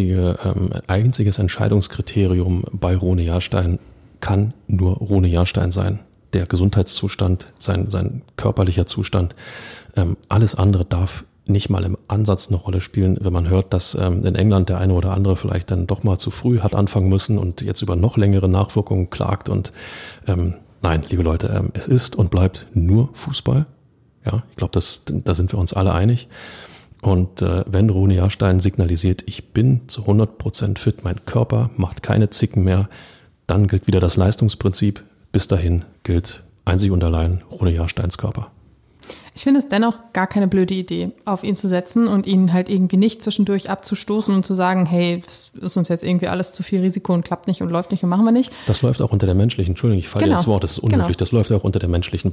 Entscheidungskriterium bei Rune Jahrstein kann nur Rune Jahrstein sein. Der Gesundheitszustand, sein körperlicher Zustand, alles andere darf nicht mal im Ansatz eine Rolle spielen, wenn man hört, dass in England der eine oder andere vielleicht dann doch mal zu früh hat anfangen müssen und jetzt über noch längere Nachwirkungen klagt. Und nein, liebe Leute, es ist und bleibt nur Fußball. Ja, ich glaube, da sind wir uns alle einig. Und wenn Rune Jahrstein signalisiert, ich bin zu 100% fit, mein Körper macht keine Zicken mehr, dann gilt wieder das Leistungsprinzip. Bis dahin gilt einzig und allein Rune Jahrsteins Körper. Ich finde es dennoch gar keine blöde Idee, auf ihn zu setzen und ihn halt irgendwie nicht zwischendurch abzustoßen und zu sagen, hey, es ist uns jetzt irgendwie alles zu viel Risiko und klappt nicht und läuft nicht und machen wir nicht. Das läuft auch unter der menschlichen, Entschuldigung, ich falle ins Wort, das ist unhöflich, das läuft auch unter der menschlichen,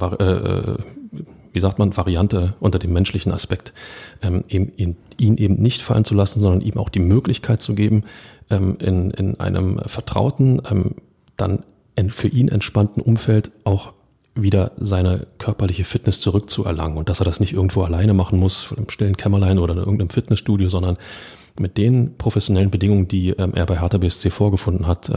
Variante, unter dem menschlichen Aspekt, ihn eben nicht fallen zu lassen, sondern ihm auch die Möglichkeit zu geben, in einem vertrauten, dann für ihn entspannten Umfeld auch wieder seine körperliche Fitness zurückzuerlangen und dass er das nicht irgendwo alleine machen muss, im stillen Kämmerlein oder in irgendeinem Fitnessstudio, sondern mit den professionellen Bedingungen, die er bei Hertha BSC vorgefunden hat,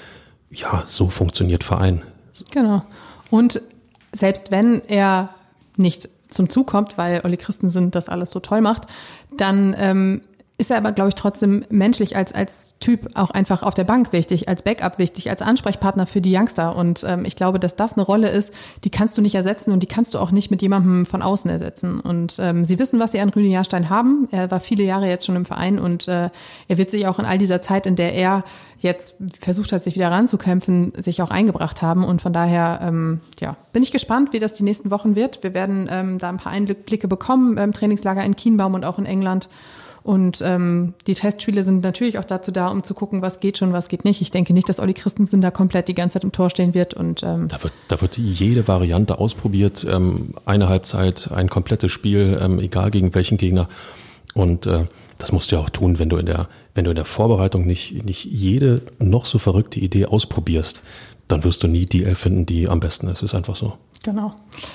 so funktioniert Verein. Genau. Und selbst wenn er nicht zum Zug kommt, weil Olli Christensen das alles so toll macht, dann ist er aber, glaube ich, trotzdem menschlich als Typ auch einfach auf der Bank wichtig, als Backup wichtig, als Ansprechpartner für die Youngster. Und ich glaube, dass das eine Rolle ist, die kannst du nicht ersetzen und die kannst du auch nicht mit jemandem von außen ersetzen. Und sie wissen, was sie an Rune Jahrstein haben. Er war viele Jahre jetzt schon im Verein und er wird sich auch in all dieser Zeit, in der er jetzt versucht hat, sich wieder ranzukämpfen, sich auch eingebracht haben. Und von daher bin ich gespannt, wie das die nächsten Wochen wird. Wir werden da ein paar Einblicke bekommen beim Trainingslager in Kienbaum und auch in England. Und die Testspiele sind natürlich auch dazu da, um zu gucken, was geht schon, was geht nicht. Ich denke nicht, dass Olli Christensen da komplett die ganze Zeit im Tor stehen wird. Und Da wird jede Variante ausprobiert. Eine Halbzeit, ein komplettes Spiel, egal gegen welchen Gegner. Und das musst du ja auch tun, wenn du in der Vorbereitung nicht jede noch so verrückte Idee ausprobierst, dann wirst du nie die Elf finden, die am besten ist. Ist einfach so. Genau.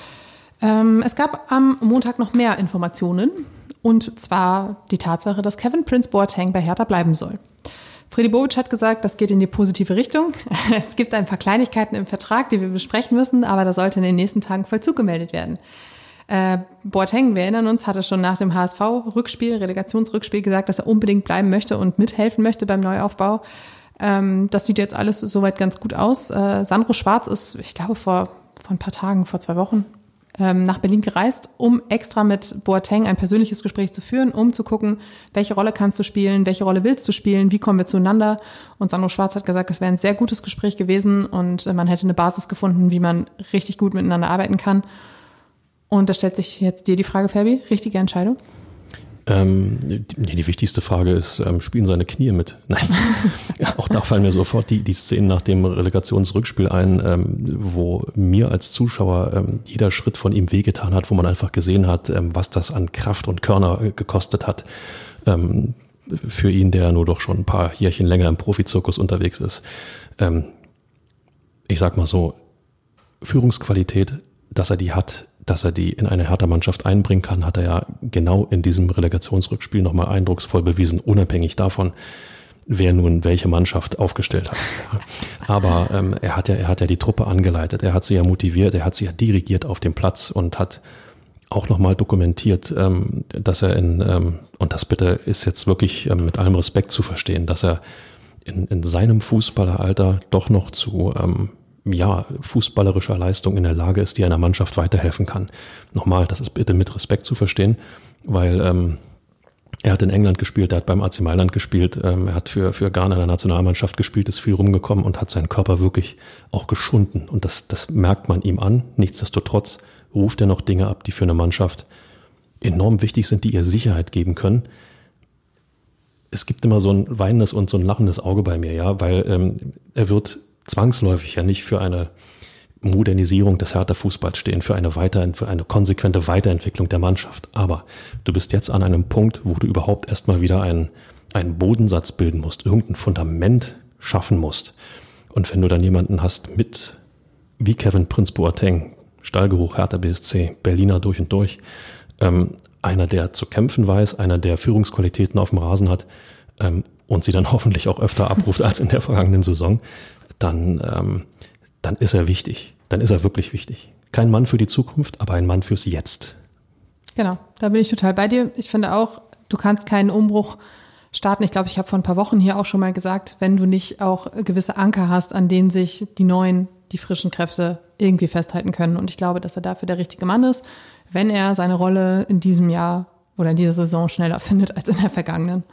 Es gab am Montag noch mehr Informationen. Und zwar die Tatsache, dass Kevin Prince Boateng bei Hertha bleiben soll. Fredi Bobic hat gesagt, das geht in die positive Richtung. Es gibt ein paar Kleinigkeiten im Vertrag, die wir besprechen müssen, aber da sollte in den nächsten Tagen Vollzug gemeldet werden. Boateng, wir erinnern uns, hatte schon nach dem Relegationsrückspiel gesagt, dass er unbedingt bleiben möchte und mithelfen möchte beim Neuaufbau. Das sieht jetzt alles soweit ganz gut aus. Sandro Schwarz ist, ich glaube, vor ein paar Tagen, vor 2 Wochen, nach Berlin gereist, um extra mit Boateng ein persönliches Gespräch zu führen, um zu gucken, welche Rolle kannst du spielen, welche Rolle willst du spielen, wie kommen wir zueinander. Und Sandro Schwarz hat gesagt, es wäre ein sehr gutes Gespräch gewesen und man hätte eine Basis gefunden, wie man richtig gut miteinander arbeiten kann. Und da stellt sich jetzt dir die Frage, Fabi, richtige Entscheidung? Die wichtigste Frage ist, spielen seine Knie mit? Nein. Ja, auch da fallen mir sofort die Szenen nach dem Relegationsrückspiel ein, wo mir als Zuschauer jeder Schritt von ihm wehgetan hat, wo man einfach gesehen hat, was das an Kraft und Körner gekostet hat. Für ihn, der nur doch schon ein paar Jährchen länger im Profizirkus unterwegs ist. Ich sag mal so, Führungsqualität, dass er die hat, dass er die in eine Hertha-Mannschaft einbringen kann, hat er ja genau in diesem Relegationsrückspiel nochmal eindrucksvoll bewiesen, unabhängig davon, wer nun welche Mannschaft aufgestellt hat. Aber er hat ja die Truppe angeleitet, er hat sie ja motiviert, er hat sie ja dirigiert auf dem Platz und hat auch nochmal dokumentiert, dass er und das bitte ist jetzt wirklich mit allem Respekt zu verstehen, dass er in seinem Fußballeralter doch noch zu fußballerischer Leistung in der Lage ist, die einer Mannschaft weiterhelfen kann. Nochmal, das ist bitte mit Respekt zu verstehen, weil er hat in England gespielt, er hat beim AC Mailand gespielt, er hat für Ghana in der Nationalmannschaft gespielt, ist viel rumgekommen und hat seinen Körper wirklich auch geschunden. Und das merkt man ihm an. Nichtsdestotrotz ruft er noch Dinge ab, die für eine Mannschaft enorm wichtig sind, die ihr Sicherheit geben können. Es gibt immer so ein weinendes und so ein lachendes Auge bei mir, ja, weil er wird zwangsläufig ja nicht für eine Modernisierung des Hertha-Fußballs stehen, für eine konsequente Weiterentwicklung der Mannschaft. Aber du bist jetzt an einem Punkt, wo du überhaupt erstmal wieder einen Bodensatz bilden musst, irgendein Fundament schaffen musst. Und wenn du dann jemanden hast wie Kevin Prince Boateng, Stallgeruch, Hertha BSC, Berliner durch und durch, einer, der zu kämpfen weiß, einer, der Führungsqualitäten auf dem Rasen hat und sie dann hoffentlich auch öfter abruft als in der vergangenen Saison, dann ist er wichtig. Dann ist er wirklich wichtig. Kein Mann für die Zukunft, aber ein Mann fürs Jetzt. Genau, da bin ich total bei dir. Ich finde auch, du kannst keinen Umbruch starten. Ich glaube, ich habe vor ein paar Wochen hier auch schon mal gesagt, wenn du nicht auch gewisse Anker hast, an denen sich die frischen Kräfte irgendwie festhalten können. Und ich glaube, dass er dafür der richtige Mann ist, wenn er seine Rolle in diesem Jahr oder in dieser Saison schneller findet als in der vergangenen.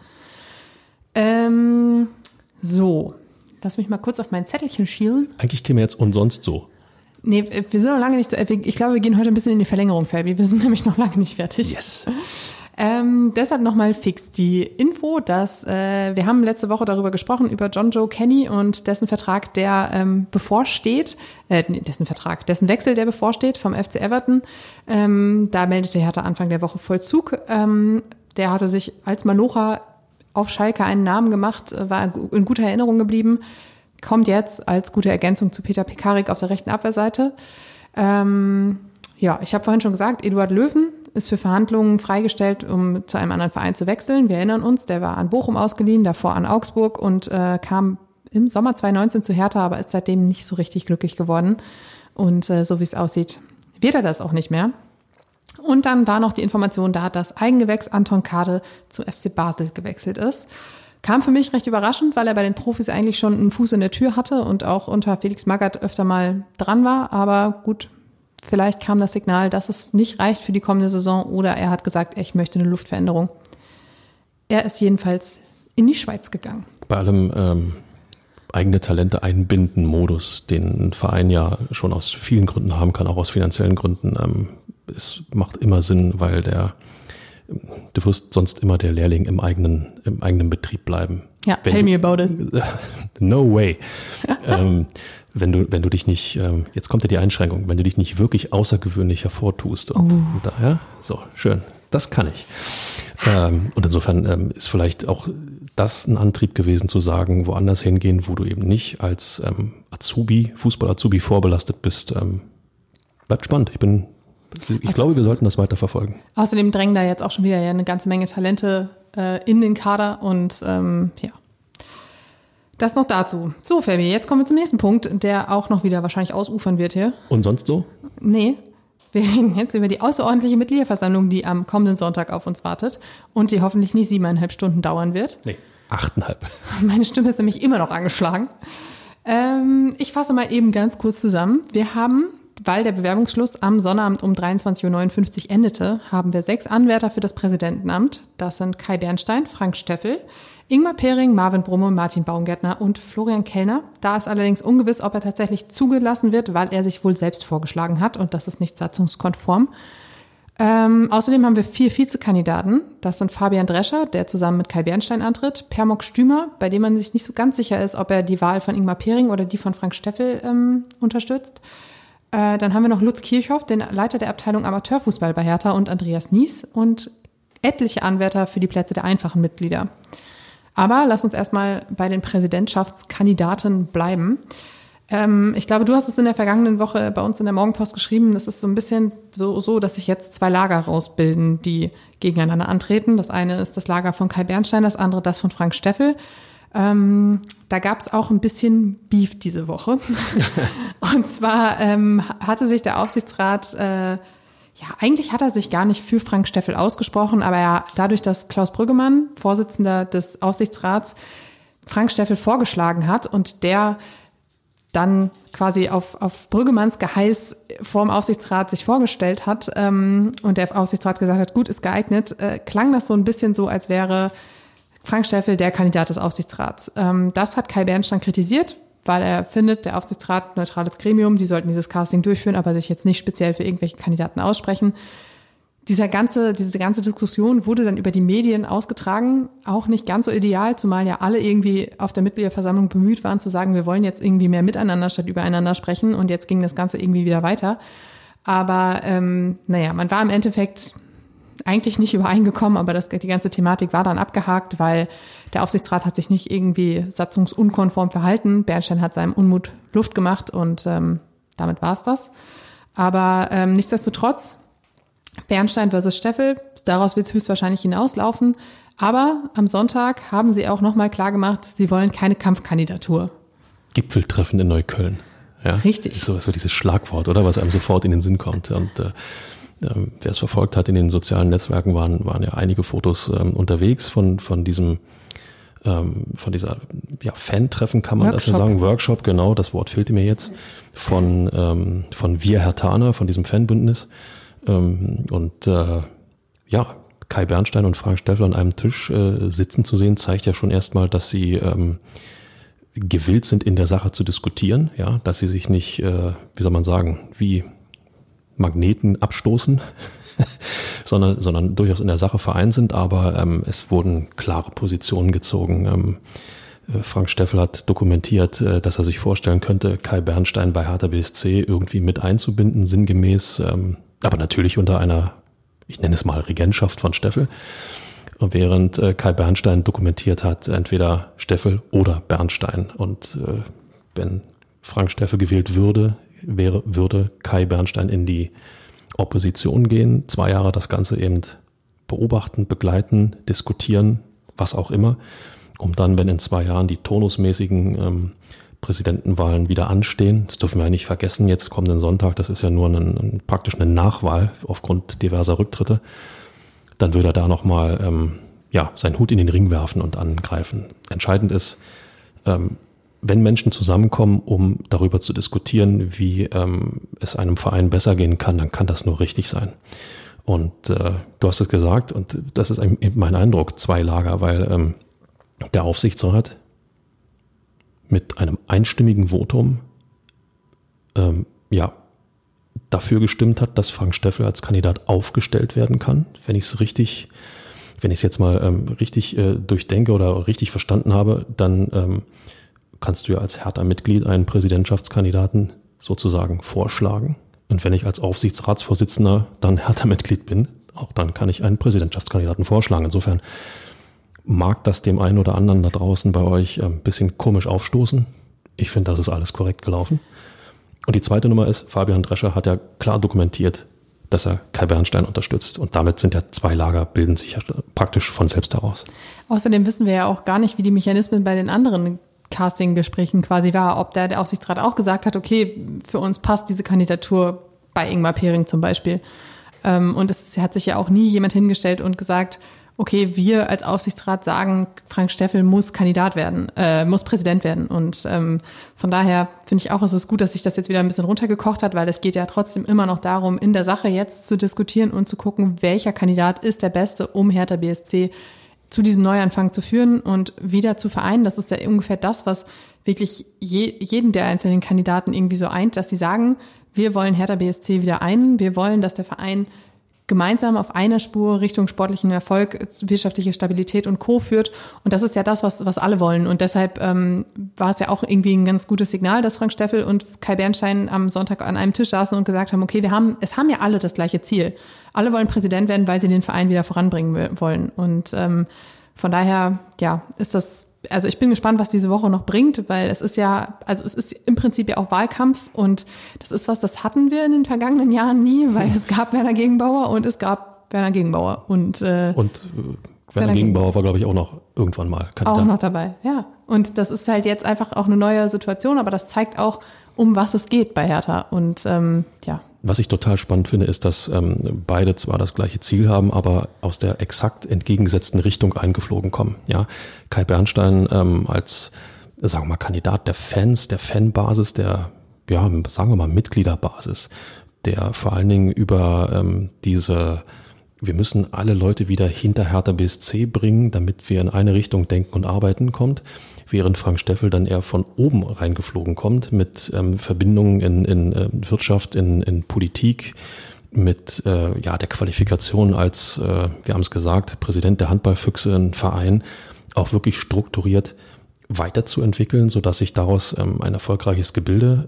So, lass mich mal kurz auf mein Zettelchen schielen. Eigentlich käme jetzt und sonst so. Nee, wir sind noch lange nicht, ich glaube, wir gehen heute ein bisschen in die Verlängerung, Fabi. Wir sind nämlich noch lange nicht fertig. Yes. Deshalb nochmal fix die Info, dass wir haben letzte Woche darüber gesprochen, über John Joe Kenny und dessen Vertrag, der bevorsteht, dessen Wechsel, der bevorsteht vom FC Everton. Da meldete Hertha Anfang der Woche Vollzug. Der hatte sich als Malocha auf Schalke einen Namen gemacht, war in guter Erinnerung geblieben. Kommt jetzt als gute Ergänzung zu Peter Pekarik auf der rechten Abwehrseite. Ich habe vorhin schon gesagt, Eduard Löwen ist für Verhandlungen freigestellt, um zu einem anderen Verein zu wechseln. Wir erinnern uns, der war an Bochum ausgeliehen, davor an Augsburg und kam im Sommer 2019 zu Hertha, aber ist seitdem nicht so richtig glücklich geworden. Und so wie es aussieht, wird er das auch nicht mehr. Und dann war noch die Information da, dass Eigengewächs Anton Kade zu FC Basel gewechselt ist. Kam für mich recht überraschend, weil er bei den Profis eigentlich schon einen Fuß in der Tür hatte und auch unter Felix Magath öfter mal dran war. Aber gut, vielleicht kam das Signal, dass es nicht reicht für die kommende Saison oder er hat gesagt, ich möchte eine Luftveränderung. Er ist jedenfalls in die Schweiz gegangen. Bei allem eigene Talente einbinden Modus, den ein Verein ja schon aus vielen Gründen haben kann, auch aus finanziellen Gründen. Es macht immer Sinn, weil du wirst sonst immer der Lehrling im eigenen Betrieb bleiben. Ja, tell me about it. No way. Wenn du dich nicht, jetzt kommt ja die Einschränkung, wenn du dich nicht wirklich außergewöhnlich hervortust. Und daher, so, schön, das kann ich. Und insofern ist vielleicht auch das ein Antrieb gewesen zu sagen, woanders hingehen, wo du eben nicht als Fußball-Azubi vorbelastet bist. Bleibt spannend. Ich glaube, wir sollten das weiter verfolgen. Außerdem drängen da jetzt auch schon wieder eine ganze Menge Talente in den Kader und das noch dazu. So, Fabi, jetzt kommen wir zum nächsten Punkt, der auch noch wieder wahrscheinlich ausufern wird hier. Und sonst so? Nee, wir reden jetzt über die außerordentliche Mitgliederversammlung, die am kommenden Sonntag auf uns wartet und die hoffentlich nicht 7,5 Stunden dauern wird. Nee, 8,5. Meine Stimme ist nämlich immer noch angeschlagen. Ich fasse mal eben ganz kurz zusammen. Wir haben, weil der Bewerbungsschluss am Sonnabend um 23.59 Uhr endete, haben wir 6 Anwärter für das Präsidentenamt. Das sind Kai Bernstein, Frank Steffel, Ingmar Pering, Marvin Brumme, Martin Baumgärtner und Florian Kellner. Da ist allerdings ungewiss, ob er tatsächlich zugelassen wird, weil er sich wohl selbst vorgeschlagen hat und das ist nicht satzungskonform. Außerdem haben wir 4 Vizekandidaten. Das sind Fabian Drescher, der zusammen mit Kai Bernstein antritt, Permok Stümer, bei dem man sich nicht so ganz sicher ist, ob er die Wahl von Ingmar Pering oder die von Frank Steffel unterstützt. Dann haben wir noch Lutz Kirchhoff, den Leiter der Abteilung Amateurfußball bei Hertha und Andreas Nies und etliche Anwärter für die Plätze der einfachen Mitglieder. Aber lass uns erstmal bei den Präsidentschaftskandidaten bleiben. Ich glaube, du hast es in der vergangenen Woche bei uns in der Morgenpost geschrieben. Das ist so ein bisschen so, dass sich jetzt 2 Lager rausbilden, die gegeneinander antreten. Das eine ist das Lager von Kai Bernstein, das andere das von Frank Steffel. Da gab es auch ein bisschen Beef diese Woche. Und zwar hatte sich der Aufsichtsrat, eigentlich hat er sich gar nicht für Frank Steffel ausgesprochen, aber dadurch, dass Klaus Brüggemann, Vorsitzender des Aufsichtsrats, Frank Steffel vorgeschlagen hat und der dann quasi auf Brüggemanns Geheiß vorm Aufsichtsrat sich vorgestellt hat und der Aufsichtsrat gesagt hat, gut, ist geeignet, klang das so ein bisschen so, als wäre Frank Steffel der Kandidat des Aufsichtsrats. Das hat Kai Bernstein kritisiert, weil er findet, der Aufsichtsrat, neutrales Gremium, die sollten dieses Casting durchführen, aber sich jetzt nicht speziell für irgendwelche Kandidaten aussprechen. diese ganze Diskussion wurde dann über die Medien ausgetragen, auch nicht ganz so ideal, zumal ja alle irgendwie auf der Mitgliederversammlung bemüht waren zu sagen, wir wollen jetzt irgendwie mehr miteinander statt übereinander sprechen und jetzt ging das Ganze irgendwie wieder weiter. Aber man war im Endeffekt eigentlich nicht übereingekommen, aber die ganze Thematik war dann abgehakt, weil der Aufsichtsrat hat sich nicht irgendwie satzungsunkonform verhalten. Bernstein hat seinem Unmut Luft gemacht und damit war es das. Aber nichtsdestotrotz, Bernstein versus Steffel, daraus wird es höchstwahrscheinlich hinauslaufen. Aber am Sonntag haben sie auch nochmal klargemacht, sie wollen keine Kampfkandidatur. Gipfeltreffen in Neukölln. Ja, richtig. Das ist so dieses Schlagwort, oder? Was einem sofort in den Sinn kommt. Und wer es verfolgt hat in den sozialen Netzwerken, waren ja einige Fotos unterwegs von dieser Fan-Treffen, kann man das ja sagen, Workshop, genau, das Wort fehlte mir jetzt, von Wir Herthaner, von diesem Fanbündnis. Kai Bernstein und Frank Steffel an einem Tisch sitzen zu sehen, zeigt ja schon erstmal, dass sie gewillt sind, in der Sache zu diskutieren, ja, dass sie sich nicht, wie Magneten abstoßen, sondern durchaus in der Sache vereint sind, aber es wurden klare Positionen gezogen. Frank Steffel hat dokumentiert, dass er sich vorstellen könnte, Kai Bernstein bei Hertha BSC irgendwie mit einzubinden, sinngemäß, aber natürlich unter einer, ich nenne es mal, Regentschaft von Steffel. Während Kai Bernstein dokumentiert hat, entweder Steffel oder Bernstein. Und wenn Frank Steffel gewählt würde Kai Bernstein in die Opposition gehen, 2 Jahre das Ganze eben beobachten, begleiten, diskutieren, was auch immer, um dann, wenn in 2 Jahren die turnusmäßigen Präsidentenwahlen wieder anstehen, das dürfen wir ja nicht vergessen, jetzt kommenden Sonntag, das ist ja nur praktisch eine Nachwahl aufgrund diverser Rücktritte, dann würde er da nochmal seinen Hut in den Ring werfen und angreifen. Entscheidend ist, wenn Menschen zusammenkommen, um darüber zu diskutieren, wie es einem Verein besser gehen kann, dann kann das nur richtig sein. Und du hast es gesagt, und das ist mein Eindruck, 2 Lager, weil der Aufsichtsrat mit einem einstimmigen Votum dafür gestimmt hat, dass Frank Steffel als Kandidat aufgestellt werden kann. Wenn ich es jetzt mal richtig durchdenke oder richtig verstanden habe, dann kannst du ja als Hertha-Mitglied einen Präsidentschaftskandidaten sozusagen vorschlagen. Und wenn ich als Aufsichtsratsvorsitzender dann Hertha-Mitglied bin, auch dann kann ich einen Präsidentschaftskandidaten vorschlagen. Insofern mag das dem einen oder anderen da draußen bei euch ein bisschen komisch aufstoßen. Ich finde, das ist alles korrekt gelaufen. Und die zweite Nummer ist, Fabian Drescher hat ja klar dokumentiert, dass er Kai Bernstein unterstützt. Und damit sind ja 2 Lager, bilden sich ja praktisch von selbst heraus. Außerdem wissen wir ja auch gar nicht, wie die Mechanismen bei den anderen Casting-Gesprächen quasi war, ob der Aufsichtsrat auch gesagt hat, okay, für uns passt diese Kandidatur bei Ingmar Pering zum Beispiel. Und es hat sich ja auch nie jemand hingestellt und gesagt, okay, wir als Aufsichtsrat sagen, Frank Steffel muss Kandidat werden, muss Präsident werden. Und von daher finde ich auch, es ist gut, dass sich das jetzt wieder ein bisschen runtergekocht hat, weil es geht ja trotzdem immer noch darum, in der Sache jetzt zu diskutieren und zu gucken, welcher Kandidat ist der Beste, um Hertha BSC zu diesem Neuanfang zu führen und wieder zu vereinen. Das ist ja ungefähr das, was wirklich jeden der einzelnen Kandidaten irgendwie so eint, dass sie sagen, wir wollen Hertha BSC wieder ein, wir wollen, dass der Verein gemeinsam auf einer Spur Richtung sportlichen Erfolg, wirtschaftliche Stabilität und Co. führt. Und das ist ja das, was alle wollen. Und deshalb war es ja auch irgendwie ein ganz gutes Signal, dass Frank Steffel und Kai Bernstein am Sonntag an einem Tisch saßen und gesagt haben, okay, es haben ja alle das gleiche Ziel. Alle wollen Präsident werden, weil sie den Verein wieder voranbringen wollen. Und von daher, ja, ist das, also ich bin gespannt, was diese Woche noch bringt, weil es ist im Prinzip ja auch Wahlkampf und das ist was, das hatten wir in den vergangenen Jahren nie, weil es gab Werner Gegenbauer und es gab Werner Gegenbauer. Und Werner Gegenbauer war, glaube ich, auch noch irgendwann mal Kandidat. Auch noch dabei, ja. Und das ist halt jetzt einfach auch eine neue Situation, aber das zeigt auch, um was es geht bei Hertha. Und Was ich total spannend finde, ist, dass beide zwar das gleiche Ziel haben, aber aus der exakt entgegengesetzten Richtung eingeflogen kommen. Ja, Kai Bernstein als, sagen wir mal, Kandidat der Fans, der Fanbasis, der, ja, sagen wir mal, Mitgliederbasis, der vor allen Dingen über wir müssen alle Leute wieder hinter Hertha BSC bringen, damit wir in eine Richtung denken und arbeiten kommt, während Frank Steffel dann eher von oben reingeflogen kommt mit Verbindungen in Wirtschaft, in Politik, mit der Qualifikation als, wir haben es gesagt, Präsident der Handballfüchse, ein Verein auch wirklich strukturiert weiterzuentwickeln, sodass sich daraus ein erfolgreiches Gebilde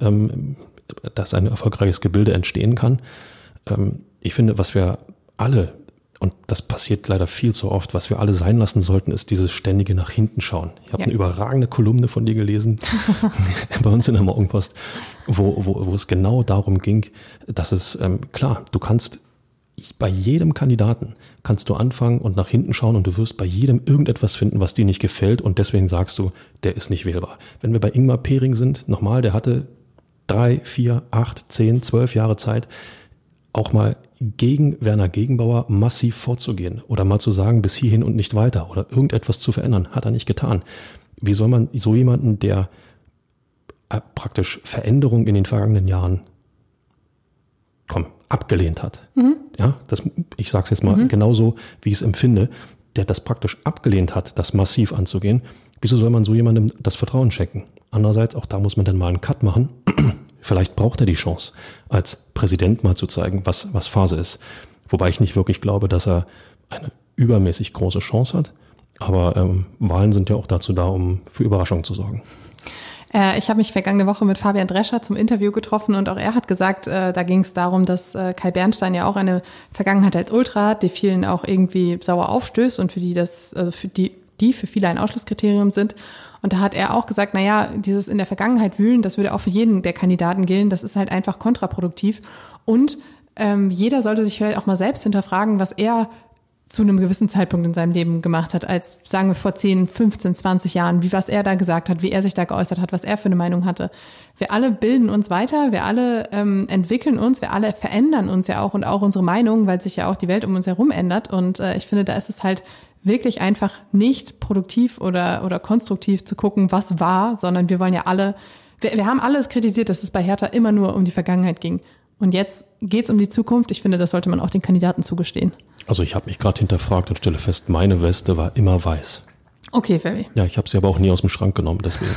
entstehen kann. Ich finde, was wir alle, und das passiert leider viel zu oft, was wir alle sein lassen sollten, ist dieses ständige nach hinten schauen. Ich habe eine überragende Kolumne von dir gelesen, bei uns in der Morgenpost, wo es genau darum ging, dass es, klar, du kannst bei jedem Kandidaten kannst du anfangen und nach hinten schauen und du wirst bei jedem irgendetwas finden, was dir nicht gefällt und deswegen sagst du, der ist nicht wählbar. Wenn wir bei Ingmar Pering sind, nochmal, der hatte 3, 4, 8, 10, 12 Jahre Zeit, auch mal gegen Werner Gegenbauer massiv vorzugehen oder mal zu sagen, bis hierhin und nicht weiter oder irgendetwas zu verändern, hat er nicht getan. Wie soll man so jemanden, der praktisch Veränderung in den vergangenen Jahren abgelehnt hat, ja, ich sage es jetzt mal genauso, wie ich es empfinde, der das praktisch abgelehnt hat, das massiv anzugehen, wieso soll man so jemandem das Vertrauen schenken? Andererseits, auch da muss man dann mal einen Cut machen. Vielleicht braucht er die Chance, als Präsident mal zu zeigen, was Phase ist. Wobei ich nicht wirklich glaube, dass er eine übermäßig große Chance hat. Aber Wahlen sind ja auch dazu da, um für Überraschungen zu sorgen. Ich habe mich vergangene Woche mit Fabian Drescher zum Interview getroffen und auch er hat gesagt, da ging es darum, dass Kai Bernstein ja auch eine Vergangenheit als Ultra hat, die vielen auch irgendwie sauer aufstößt und für viele ein Ausschlusskriterium sind. Und da hat er auch gesagt, dieses in der Vergangenheit wühlen, das würde auch für jeden der Kandidaten gelten, das ist halt einfach kontraproduktiv. Und jeder sollte sich vielleicht auch mal selbst hinterfragen, was er zu einem gewissen Zeitpunkt in seinem Leben gemacht hat, als, sagen wir, vor 10, 15, 20 Jahren, was er da gesagt hat, wie er sich da geäußert hat, was er für eine Meinung hatte. Wir alle bilden uns weiter, wir alle entwickeln uns, wir alle verändern uns ja auch und auch unsere Meinung, weil sich ja auch die Welt um uns herum ändert. Und ich finde, da ist es halt wirklich einfach nicht produktiv oder konstruktiv zu gucken, was war, sondern wir wollen ja alle, wir haben alles kritisiert, dass es bei Hertha immer nur um die Vergangenheit ging. Und jetzt geht es um die Zukunft. Ich finde, das sollte man auch den Kandidaten zugestehen. Also ich habe mich gerade hinterfragt und stelle fest, meine Weste war immer weiß. Okay, Ferry. Ja, ich habe sie aber auch nie aus dem Schrank genommen, deswegen.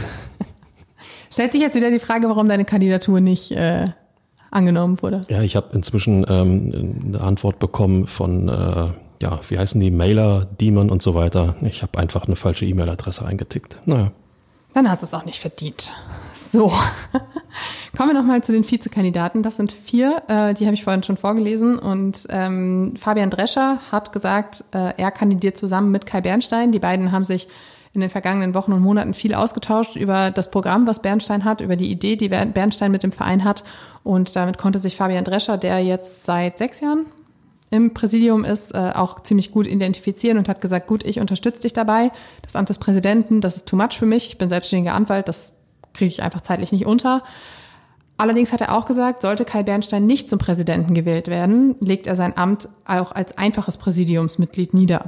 Stellt sich jetzt wieder die Frage, warum deine Kandidatur nicht angenommen wurde? Ja, ich habe inzwischen eine Antwort bekommen von, wie heißen die, Mailer, Demon und so weiter. Ich habe einfach eine falsche E-Mail-Adresse eingetickt. Naja. Dann hast du es auch nicht verdient. So, kommen wir nochmal zu den Vizekandidaten. Das sind 4, die habe ich vorhin schon vorgelesen. Und Fabian Drescher hat gesagt, er kandidiert zusammen mit Kai Bernstein. Die beiden haben sich in den vergangenen Wochen und Monaten viel ausgetauscht über das Programm, was Bernstein hat, über die Idee, die Bernstein mit dem Verein hat. Und damit konnte sich Fabian Drescher, der jetzt seit 6 Jahren im Präsidium ist, auch ziemlich gut identifizieren und hat gesagt, gut, ich unterstütze dich dabei. Das Amt des Präsidenten, das ist too much für mich. Ich bin selbstständiger Anwalt, das kriege ich einfach zeitlich nicht unter. Allerdings hat er auch gesagt, sollte Kai Bernstein nicht zum Präsidenten gewählt werden, legt er sein Amt auch als einfaches Präsidiumsmitglied nieder.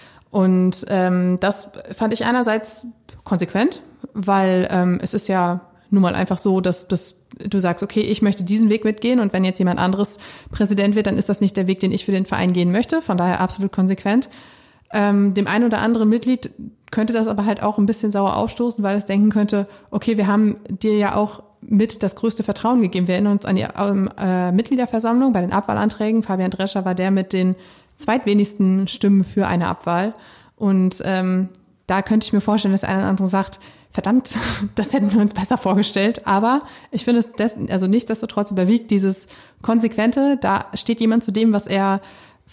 Und das fand ich einerseits konsequent, weil es ist ja nun mal einfach so, dass du sagst, okay, ich möchte diesen Weg mitgehen und wenn jetzt jemand anderes Präsident wird, dann ist das nicht der Weg, den ich für den Verein gehen möchte. Von daher absolut konsequent. Dem einen oder anderen Mitglied könnte das aber halt auch ein bisschen sauer aufstoßen, weil es denken könnte, okay, wir haben dir ja auch mit das größte Vertrauen gegeben. Wir erinnern uns an die Mitgliederversammlung bei den Abwahlanträgen. Fabian Drescher war der mit den zweitwenigsten Stimmen für eine Abwahl. Und da könnte ich mir vorstellen, dass einer oder andere sagt, verdammt, das hätten wir uns besser vorgestellt. Aber ich finde es nichtsdestotrotz überwiegt dieses Konsequente. Da steht jemand zu dem, was er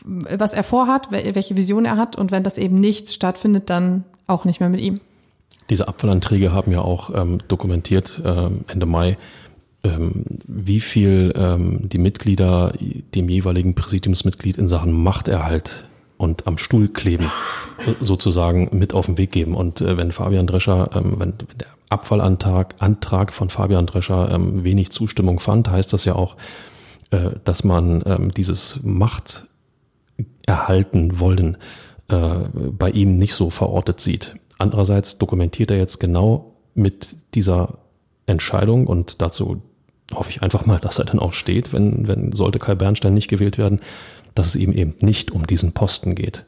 vorhat, welche Vision er hat. Und wenn das eben nicht stattfindet, dann auch nicht mehr mit ihm. Diese Abwahlanträge haben ja auch dokumentiert, Ende Mai, wie viel die Mitglieder dem jeweiligen Präsidiumsmitglied in Sachen Machterhalt und am Stuhl kleben, sozusagen mit auf den Weg geben. Und wenn Fabian Drescher, wenn der Abfallantrag von Fabian Drescher wenig Zustimmung fand, heißt das ja auch, dass man dieses Machterhalten wollen bei ihm nicht so verortet sieht. Andererseits dokumentiert er jetzt genau mit dieser Entscheidung und dazu hoffe ich einfach mal, dass er dann auch steht, wenn sollte Kai Bernstein nicht gewählt werden, dass es ihm eben nicht um diesen Posten geht.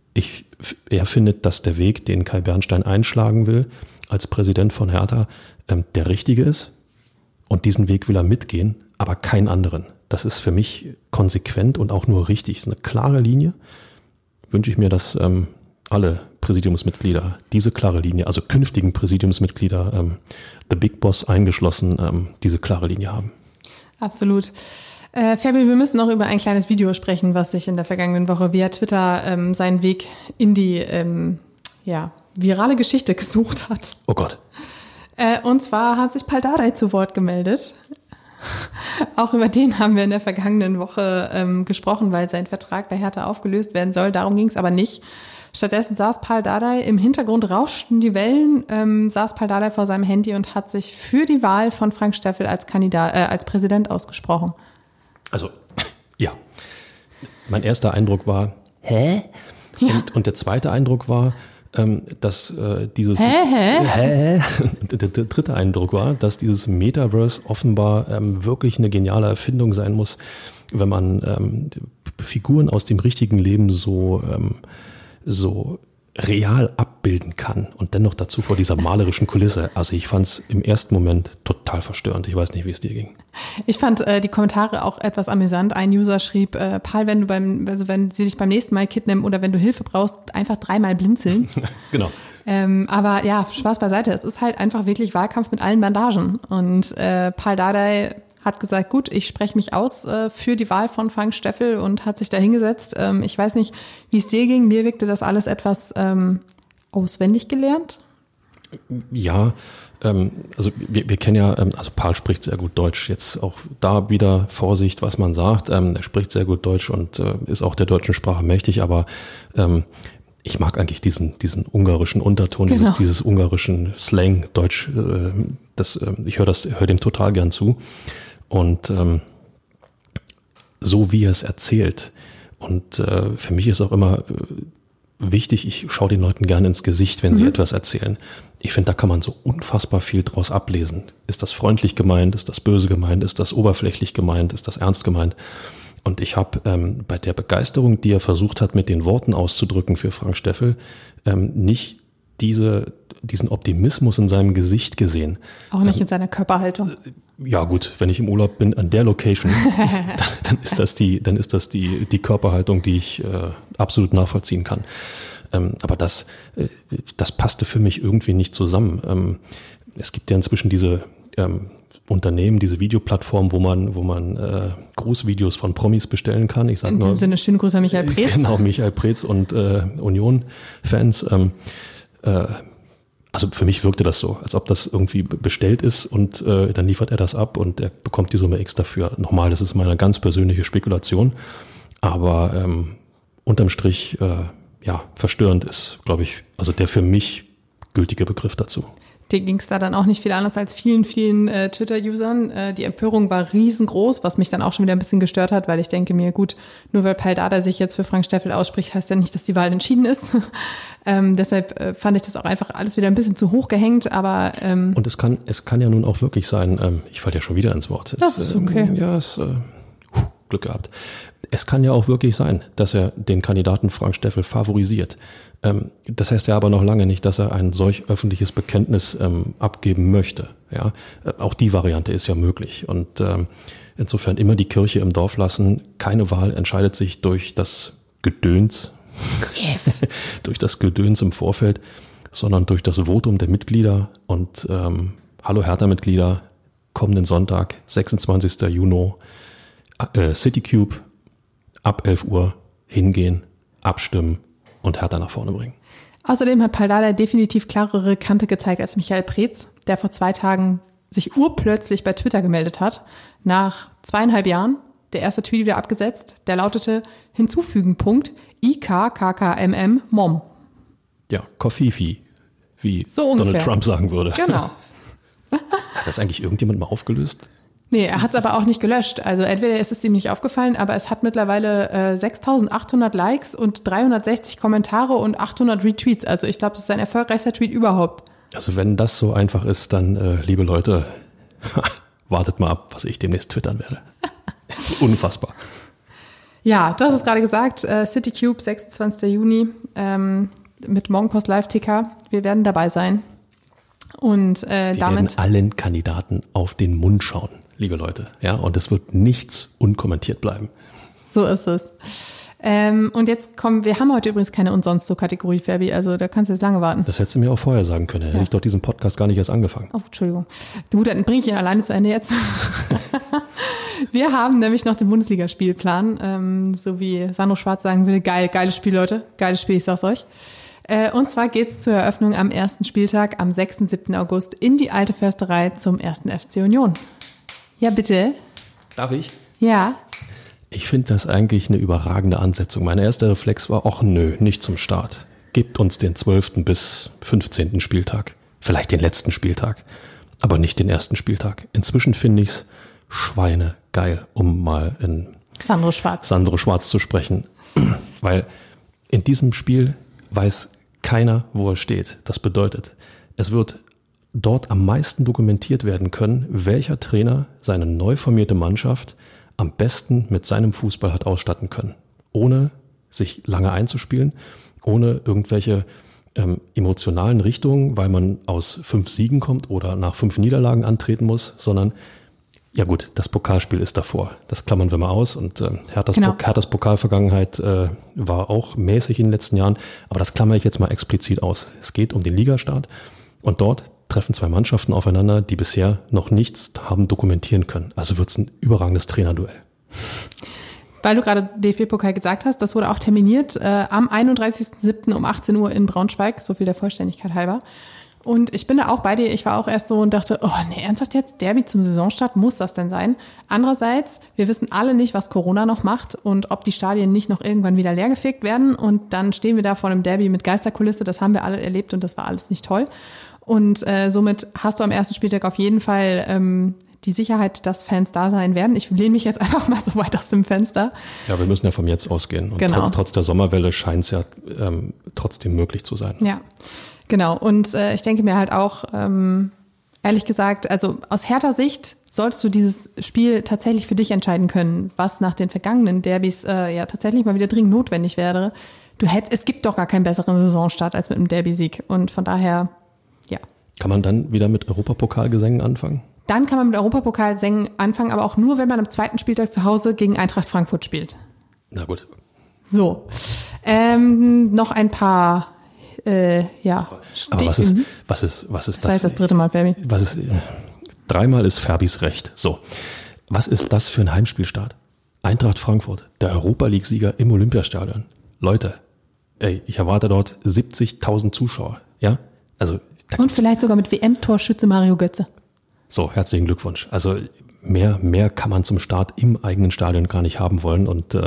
Er findet, dass der Weg, den Kai Bernstein einschlagen will, als Präsident von Hertha, der richtige ist. Und diesen Weg will er mitgehen, aber keinen anderen. das ist für mich konsequent und auch nur richtig. Das ist eine klare Linie. Wünsche ich mir, dass alle Präsidiumsmitglieder diese klare Linie, also künftigen Präsidiumsmitglieder, The Big Boss eingeschlossen, diese klare Linie haben. Absolut. Fabi, wir müssen noch über ein kleines Video sprechen, was sich in der vergangenen Woche via Twitter seinen Weg in die virale Geschichte gesucht hat. Oh Gott. Und zwar hat sich Pal Dardai zu Wort gemeldet. Auch über den haben wir in der vergangenen Woche gesprochen, weil sein Vertrag bei Hertha aufgelöst werden soll. Darum ging es aber nicht. Stattdessen saß Pal Dardai, im Hintergrund rauschten die Wellen, saß Pal Dardai vor seinem Handy und hat sich für die Wahl von Frank Steffel als Präsident ausgesprochen. Also, ja. Mein erster Eindruck war, hä? Ja. Und der zweite Eindruck war, dass dieses Und der dritte Eindruck war, dass dieses Metaverse offenbar wirklich eine geniale Erfindung sein muss, wenn man Figuren aus dem richtigen Leben so real abbilden kann und dennoch dazu vor dieser malerischen Kulisse. Also ich fand es im ersten Moment total verstörend. Ich weiß nicht, wie es dir ging. Ich fand die Kommentare auch etwas amüsant. Ein User schrieb, Pal, wenn sie dich beim nächsten Mal kidnappen oder wenn du Hilfe brauchst, einfach 3-mal blinzeln. Genau. Aber ja, Spaß beiseite. Es ist halt einfach wirklich Wahlkampf mit allen Bandagen. Und Pal Dardai hat gesagt, gut, ich spreche mich aus für die Wahl von Frank Steffel und hat sich da hingesetzt. Ich weiß nicht, wie es dir ging. Mir wirkte das alles etwas auswendig gelernt. Ja, also wir kennen ja, also Pal spricht sehr gut Deutsch. Jetzt auch da wieder Vorsicht, was man sagt. Er spricht sehr gut Deutsch und ist auch der deutschen Sprache mächtig, aber ich mag eigentlich diesen ungarischen Unterton, genau. dieses ungarischen Slang Deutsch. Ich höre dem total gern zu. Und so wie er es erzählt. Und für mich ist auch immer wichtig, ich schaue den Leuten gerne ins Gesicht, wenn sie etwas erzählen. Ich finde, da kann man so unfassbar viel draus ablesen. Ist das freundlich gemeint? Ist das böse gemeint? Ist das oberflächlich gemeint? Ist das ernst gemeint? Und ich habe bei der Begeisterung, die er versucht hat, mit den Worten auszudrücken für Frank Steffel, nicht diesen Optimismus in seinem Gesicht gesehen. Auch nicht in seiner Körperhaltung. Ja gut, wenn ich im Urlaub bin an der Location, dann ist das die Körperhaltung, die ich absolut nachvollziehen kann. Aber das passte für mich irgendwie nicht zusammen. Es gibt ja inzwischen diese Unternehmen, diese Videoplattform, wo man Grußvideos von Promis bestellen kann. Ich sag in diesem Sinne schöne Grüße an Michael Preetz. Genau, Michael Preetz und Union-Fans. Also für mich wirkte das so, als ob das irgendwie bestellt ist und dann liefert er das ab und er bekommt die Summe X dafür. Nochmal, das ist meine ganz persönliche Spekulation, aber unterm Strich, verstörend ist, glaube ich, also der für mich gültige Begriff dazu. Dir ging es da dann auch nicht viel anders als vielen Twitter-Usern. Die Empörung war riesengroß, was mich dann auch schon wieder ein bisschen gestört hat, weil ich denke mir, gut, nur weil Pal Dardai sich jetzt für Frank Steffel ausspricht, heißt ja nicht, dass die Wahl entschieden ist. Deshalb fand ich das auch einfach alles wieder ein bisschen zu hoch gehängt, aber und es kann ja nun auch wirklich sein, ich falle ja schon wieder ins Wort. Das ist okay. Glück gehabt. Es kann ja auch wirklich sein, dass er den Kandidaten Frank Steffel favorisiert. Das heißt ja aber noch lange nicht, dass er ein solch öffentliches Bekenntnis abgeben möchte. Ja, auch die Variante ist ja möglich. Und insofern immer die Kirche im Dorf lassen. Keine Wahl entscheidet sich durch das Gedöns, durch das Gedöns im Vorfeld, sondern durch das Votum der Mitglieder. Und hallo Hertha-Mitglieder, kommenden Sonntag, 26. Juni, CityCube, ab 11 Uhr hingehen, abstimmen und Hertha nach vorne bringen. Außerdem hat Pal Dardai definitiv klarere Kante gezeigt als Michael Preetz, der vor 2 Tagen sich urplötzlich bei Twitter gemeldet hat. Nach 2,5 Jahren, der erste Tweet wieder abgesetzt, der lautete hinzufügen, IKKKMM Mom. Ja, Kofifi, wie so ungefähr Donald Trump sagen würde. Genau. Hat das eigentlich irgendjemand mal aufgelöst? Nee, er hat es aber auch nicht gelöscht. Also entweder ist es ihm nicht aufgefallen, aber es hat mittlerweile 6.800 Likes und 360 Kommentare und 800 Retweets. Also ich glaube, das ist sein erfolgreichster Tweet überhaupt. Also wenn das so einfach ist, dann, liebe Leute, wartet mal ab, was ich demnächst twittern werde. Unfassbar. Ja, du hast es gerade gesagt, CityCube, 26. Juni mit Morgenpost Live-Ticker. Wir werden dabei sein. Und wir werden allen Kandidaten auf den Mund schauen. liebe Leute. Ja, und es wird nichts unkommentiert bleiben. So ist es. Und jetzt kommen, wir haben heute übrigens keine Und-Sonst-So-Kategorie, Fabi, also da kannst du jetzt lange warten. Das hättest du mir auch vorher sagen können. Hätte ich doch diesen Podcast gar nicht erst angefangen. Oh, Entschuldigung. Gut, dann bringe ich ihn alleine zu Ende jetzt. Wir haben nämlich noch den Bundesligaspielplan, so wie Sandro Schwarz sagen würde, geiles Spiel, Leute, geiles Spiel, ich sag's euch. Und zwar geht's zur Eröffnung am ersten Spieltag, am 6. 7. August in die Alte Försterei zum 1. FC Union. Ja, bitte. Darf ich? Ja. Ich finde das eigentlich eine überragende Ansetzung. Mein erster Reflex war, ach nö, nicht zum Start. Gebt uns den 12. bis 15. Spieltag. Vielleicht den letzten Spieltag, aber nicht den ersten Spieltag. Inzwischen finde ich es schweinegeil, um mal in Sandro Schwarz zu sprechen. Weil in diesem Spiel weiß keiner, wo er steht. Das bedeutet, es wird dort am meisten dokumentiert werden können, welcher Trainer seine neu formierte Mannschaft am besten mit seinem Fußball hat ausstatten können, ohne sich lange einzuspielen, ohne irgendwelche emotionalen Richtungen, weil man aus 5 Siegen kommt oder nach 5 Niederlagen antreten muss, sondern ja gut, das Pokalspiel ist davor. Das klammern wir mal aus und Herthas Pokalvergangenheit war auch mäßig in den letzten Jahren, aber das klammere ich jetzt mal explizit aus. Es geht um den Ligastart und dort treffen 2 Mannschaften aufeinander, die bisher noch nichts haben dokumentieren können. Also wird es ein überragendes Trainerduell. Weil du gerade DFB-Pokal gesagt hast, das wurde auch terminiert am 31.07. um 18 Uhr in Braunschweig, so viel der Vollständigkeit halber. Und ich bin da auch bei dir, ich war auch erst so und dachte, oh nee, ernsthaft jetzt, Derby zum Saisonstart, muss das denn sein? Andererseits, wir wissen alle nicht, was Corona noch macht und ob die Stadien nicht noch irgendwann wieder leergefegt werden und dann stehen wir da vor einem Derby mit Geisterkulisse, das haben wir alle erlebt und das war alles nicht toll. Und somit hast du am ersten Spieltag auf jeden Fall die Sicherheit, dass Fans da sein werden. Ich lehne mich jetzt einfach mal so weit aus dem Fenster. Ja, wir müssen ja vom Jetzt ausgehen. Und genau. trotz der Sommerwelle scheint es ja trotzdem möglich zu sein. Ja, genau. Und ich denke mir halt auch, ehrlich gesagt, also aus Hertha Sicht solltest du dieses Spiel tatsächlich für dich entscheiden können, was nach den vergangenen Derbys ja tatsächlich mal wieder dringend notwendig wäre. Es gibt doch gar keinen besseren Saisonstart als mit einem Derby-Sieg. Und von daher, ja. Kann man dann wieder mit Europapokalgesängen anfangen? Dann kann man mit Europapokalsängen anfangen, aber auch nur, wenn man am 2. Spieltag zu Hause gegen Eintracht Frankfurt spielt. Na gut. So, noch ein paar, Aber was ist das? Das war jetzt das 3. Mal, Fabi. 3-mal ist Fabis Recht. So, was ist das für ein Heimspielstart? Eintracht Frankfurt, der Europa-League-Sieger im Olympiastadion. Leute, ich erwarte dort 70.000 Zuschauer, ja? Also und vielleicht sogar mit WM-Torschütze Mario Götze. So, herzlichen Glückwunsch. Also mehr kann man zum Start im eigenen Stadion gar nicht haben wollen und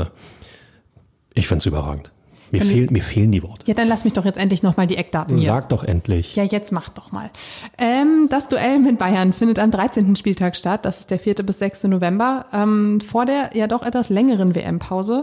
ich finde es überragend. Mir fehlen die Worte. Ja, dann lass mich doch jetzt endlich nochmal die Eckdaten hier. Sag doch endlich. Ja, jetzt mach doch mal. Das Duell mit Bayern findet am 13. Spieltag statt. Das ist der 4. bis 6. November. Vor der ja doch etwas längeren WM-Pause,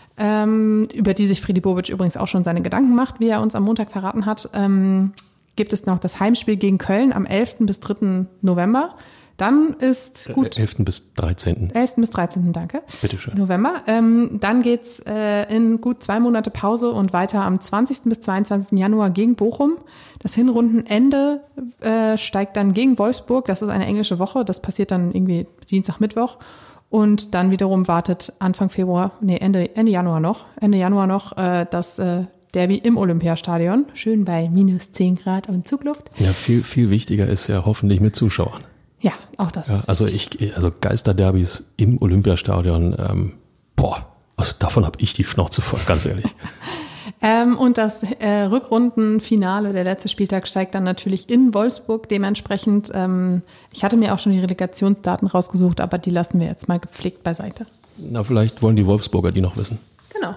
über die sich Friedi Bobic übrigens auch schon seine Gedanken macht, wie er uns am Montag verraten hat, gibt es noch das Heimspiel gegen Köln am 11. bis 3. November. Dann ist gut. 11. bis 13. 11. bis 13. Danke. Bitteschön. November. Dann geht's in gut 2 Monate Pause und weiter am 20. bis 22. Januar gegen Bochum. Das Hinrundenende steigt dann gegen Wolfsburg. Das ist eine englische Woche. Das passiert dann irgendwie Dienstag, Mittwoch. Und dann wiederum wartet Ende Januar noch das Derby im Olympiastadion. Schön bei minus 10 Grad und Zugluft. Ja, viel wichtiger ist ja hoffentlich mit Zuschauern. Ja, auch das. Ja, also Geisterderbys im Olympiastadion, also davon habe ich die Schnauze voll, ganz ehrlich. Und das Rückrundenfinale, der letzte Spieltag, steigt dann natürlich in Wolfsburg. Dementsprechend, ich hatte mir auch schon die Relegationsdaten rausgesucht, aber die lassen wir jetzt mal gepflegt beiseite. Na, vielleicht wollen die Wolfsburger die noch wissen. Genau.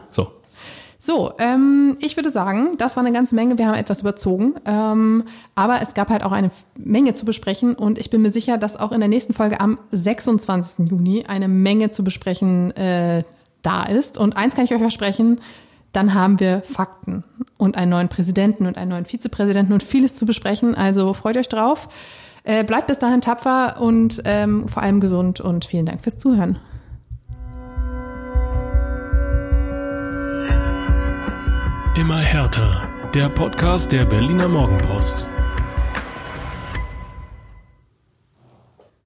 So, ich würde sagen, das war eine ganze Menge. Wir haben etwas überzogen, aber es gab halt auch eine Menge zu besprechen und ich bin mir sicher, dass auch in der nächsten Folge am 26. Juni eine Menge zu besprechen da ist. Und eins kann ich euch versprechen, dann haben wir Fakten und einen neuen Präsidenten und einen neuen Vizepräsidenten und vieles zu besprechen. Also freut euch drauf. Bleibt bis dahin tapfer und vor allem gesund und vielen Dank fürs Zuhören. Immer härter. Der Podcast der Berliner Morgenpost.